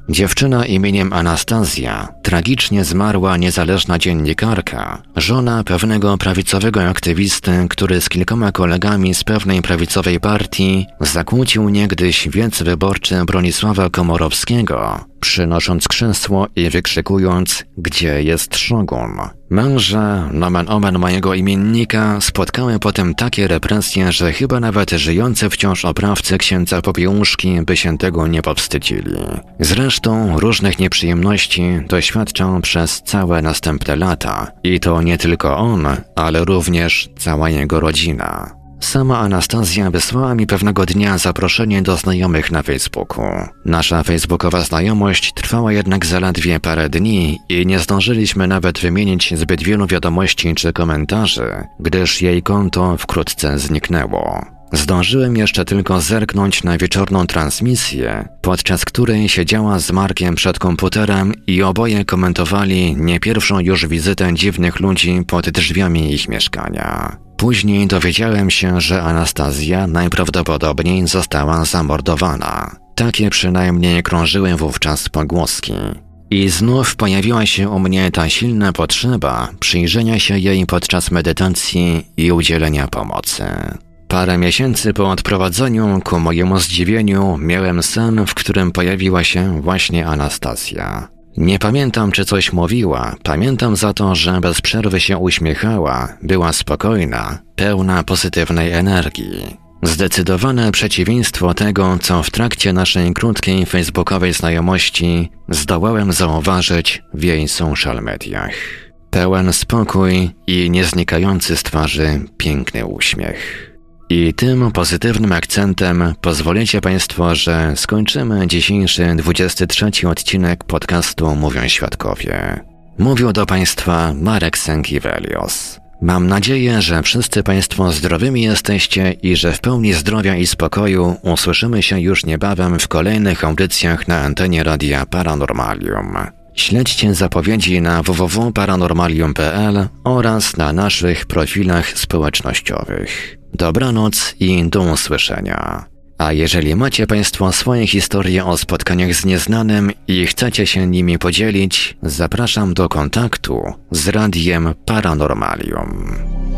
Dziewczyna imieniem Anastazja tragicznie zmarła niezależna dziennikarka, żona pewnego prawicowego aktywisty, który z kilkoma kolegami z pewnej prawicowej partii zakłócił niegdyś wiec wyborczy Bronisława Komorowskiego, przynosząc krzesło i wykrzykując: gdzie jest szogun? Męża, nomen omen mojego imiennika, spotkały potem takie represje, że chyba nawet żyjący wciąż oprawcy księdza Popiełuszki by się tego nie powstydzili. Zresztą różnych nieprzyjemności doświadczał przez całe następne lata. I to nie tylko on, ale również cała jego rodzina. Sama Anastazja wysłała mi pewnego dnia zaproszenie do znajomych na Facebooku. Nasza facebookowa znajomość trwała jednak zaledwie parę dni i nie zdążyliśmy nawet wymienić zbyt wielu wiadomości czy komentarzy, gdyż jej konto wkrótce zniknęło. Zdążyłem jeszcze tylko zerknąć na wieczorną transmisję, podczas której siedziała z Markiem przed komputerem i oboje komentowali nie pierwszą już wizytę dziwnych ludzi pod drzwiami ich mieszkania. Później dowiedziałem się, że Anastazja najprawdopodobniej została zamordowana. Takie przynajmniej krążyły wówczas pogłoski. I znów pojawiła się u mnie ta silna potrzeba przyjrzenia się jej podczas medytacji i udzielenia pomocy. Parę miesięcy po odprowadzeniu, ku mojemu zdziwieniu, miałem sen, w którym pojawiła się właśnie Anastazja. Nie pamiętam, czy coś mówiła, pamiętam za to, że bez przerwy się uśmiechała, była spokojna, pełna pozytywnej energii. Zdecydowane przeciwieństwo tego, co w trakcie naszej krótkiej facebookowej znajomości zdołałem zauważyć w jej social mediach. Pełen spokój i nieznikający z twarzy piękny uśmiech. I tym pozytywnym akcentem pozwolicie Państwo, że skończymy dzisiejszy dwudziesty trzeci odcinek podcastu Mówią Świadkowie. Mówił do Państwa Marek Sękiewelios. Mam nadzieję, że wszyscy Państwo zdrowymi jesteście i że w pełni zdrowia i spokoju usłyszymy się już niebawem w kolejnych audycjach na antenie Radia Paranormalium. Śledźcie zapowiedzi na w w w kropka paranormalium kropka p l oraz na naszych profilach społecznościowych. Dobranoc i do usłyszenia. A jeżeli macie Państwo swoje historie o spotkaniach z nieznanym i chcecie się nimi podzielić, zapraszam do kontaktu z Radiem Paranormalium.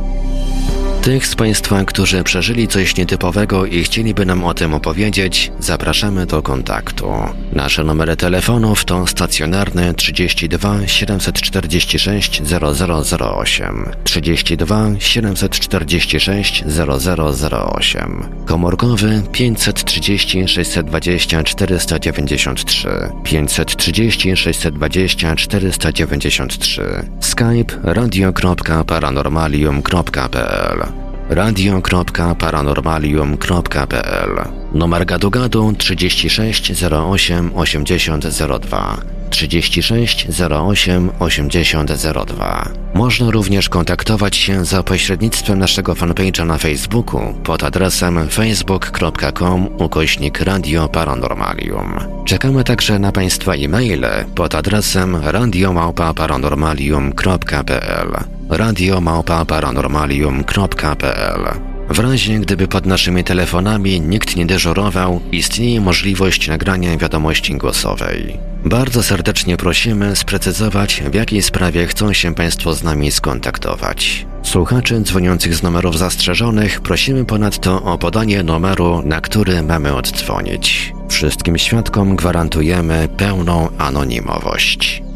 Tych z Państwa, którzy przeżyli coś nietypowego i chcieliby nam o tym opowiedzieć, zapraszamy do kontaktu. Nasze numery telefonów to stacjonarny trzydzieści dwa siedemset czterdzieści sześć zero zero zero osiem, trzydzieści dwa siedemset czterdzieści sześć zero zero zero osiem, komórkowy pięćset trzydzieści sześćset dwadzieścia czterysta dziewięćdziesiąt trzy, pięćset trzydzieści sześćset dwadzieścia czterysta dziewięćdziesiąt trzy, Skype radio kropka paranormalium kropka p l, radio kropka paranormalium kropka p l, numer gadu-gadu trzydzieści sześć zero osiem osiemdziesiąt zero dwa, trzydzieści sześć zero osiem osiemdziesiąt zero dwa. Można również kontaktować się za pośrednictwem naszego fanpage'a na Facebooku pod adresem facebook kropka com ukośnik Radio Paranormalium. Czekamy także na Państwa e-maile pod adresem radio małpa paranormalium kropka p l, radio małpa paranormalium kropka p l. W razie gdyby pod naszymi telefonami nikt nie dyżurował, istnieje możliwość nagrania wiadomości głosowej. Bardzo serdecznie prosimy sprecyzować, w jakiej sprawie chcą się Państwo z nami skontaktować. Słuchaczy dzwoniących z numerów zastrzeżonych prosimy ponadto o podanie numeru, na który mamy oddzwonić. Wszystkim świadkom gwarantujemy pełną anonimowość.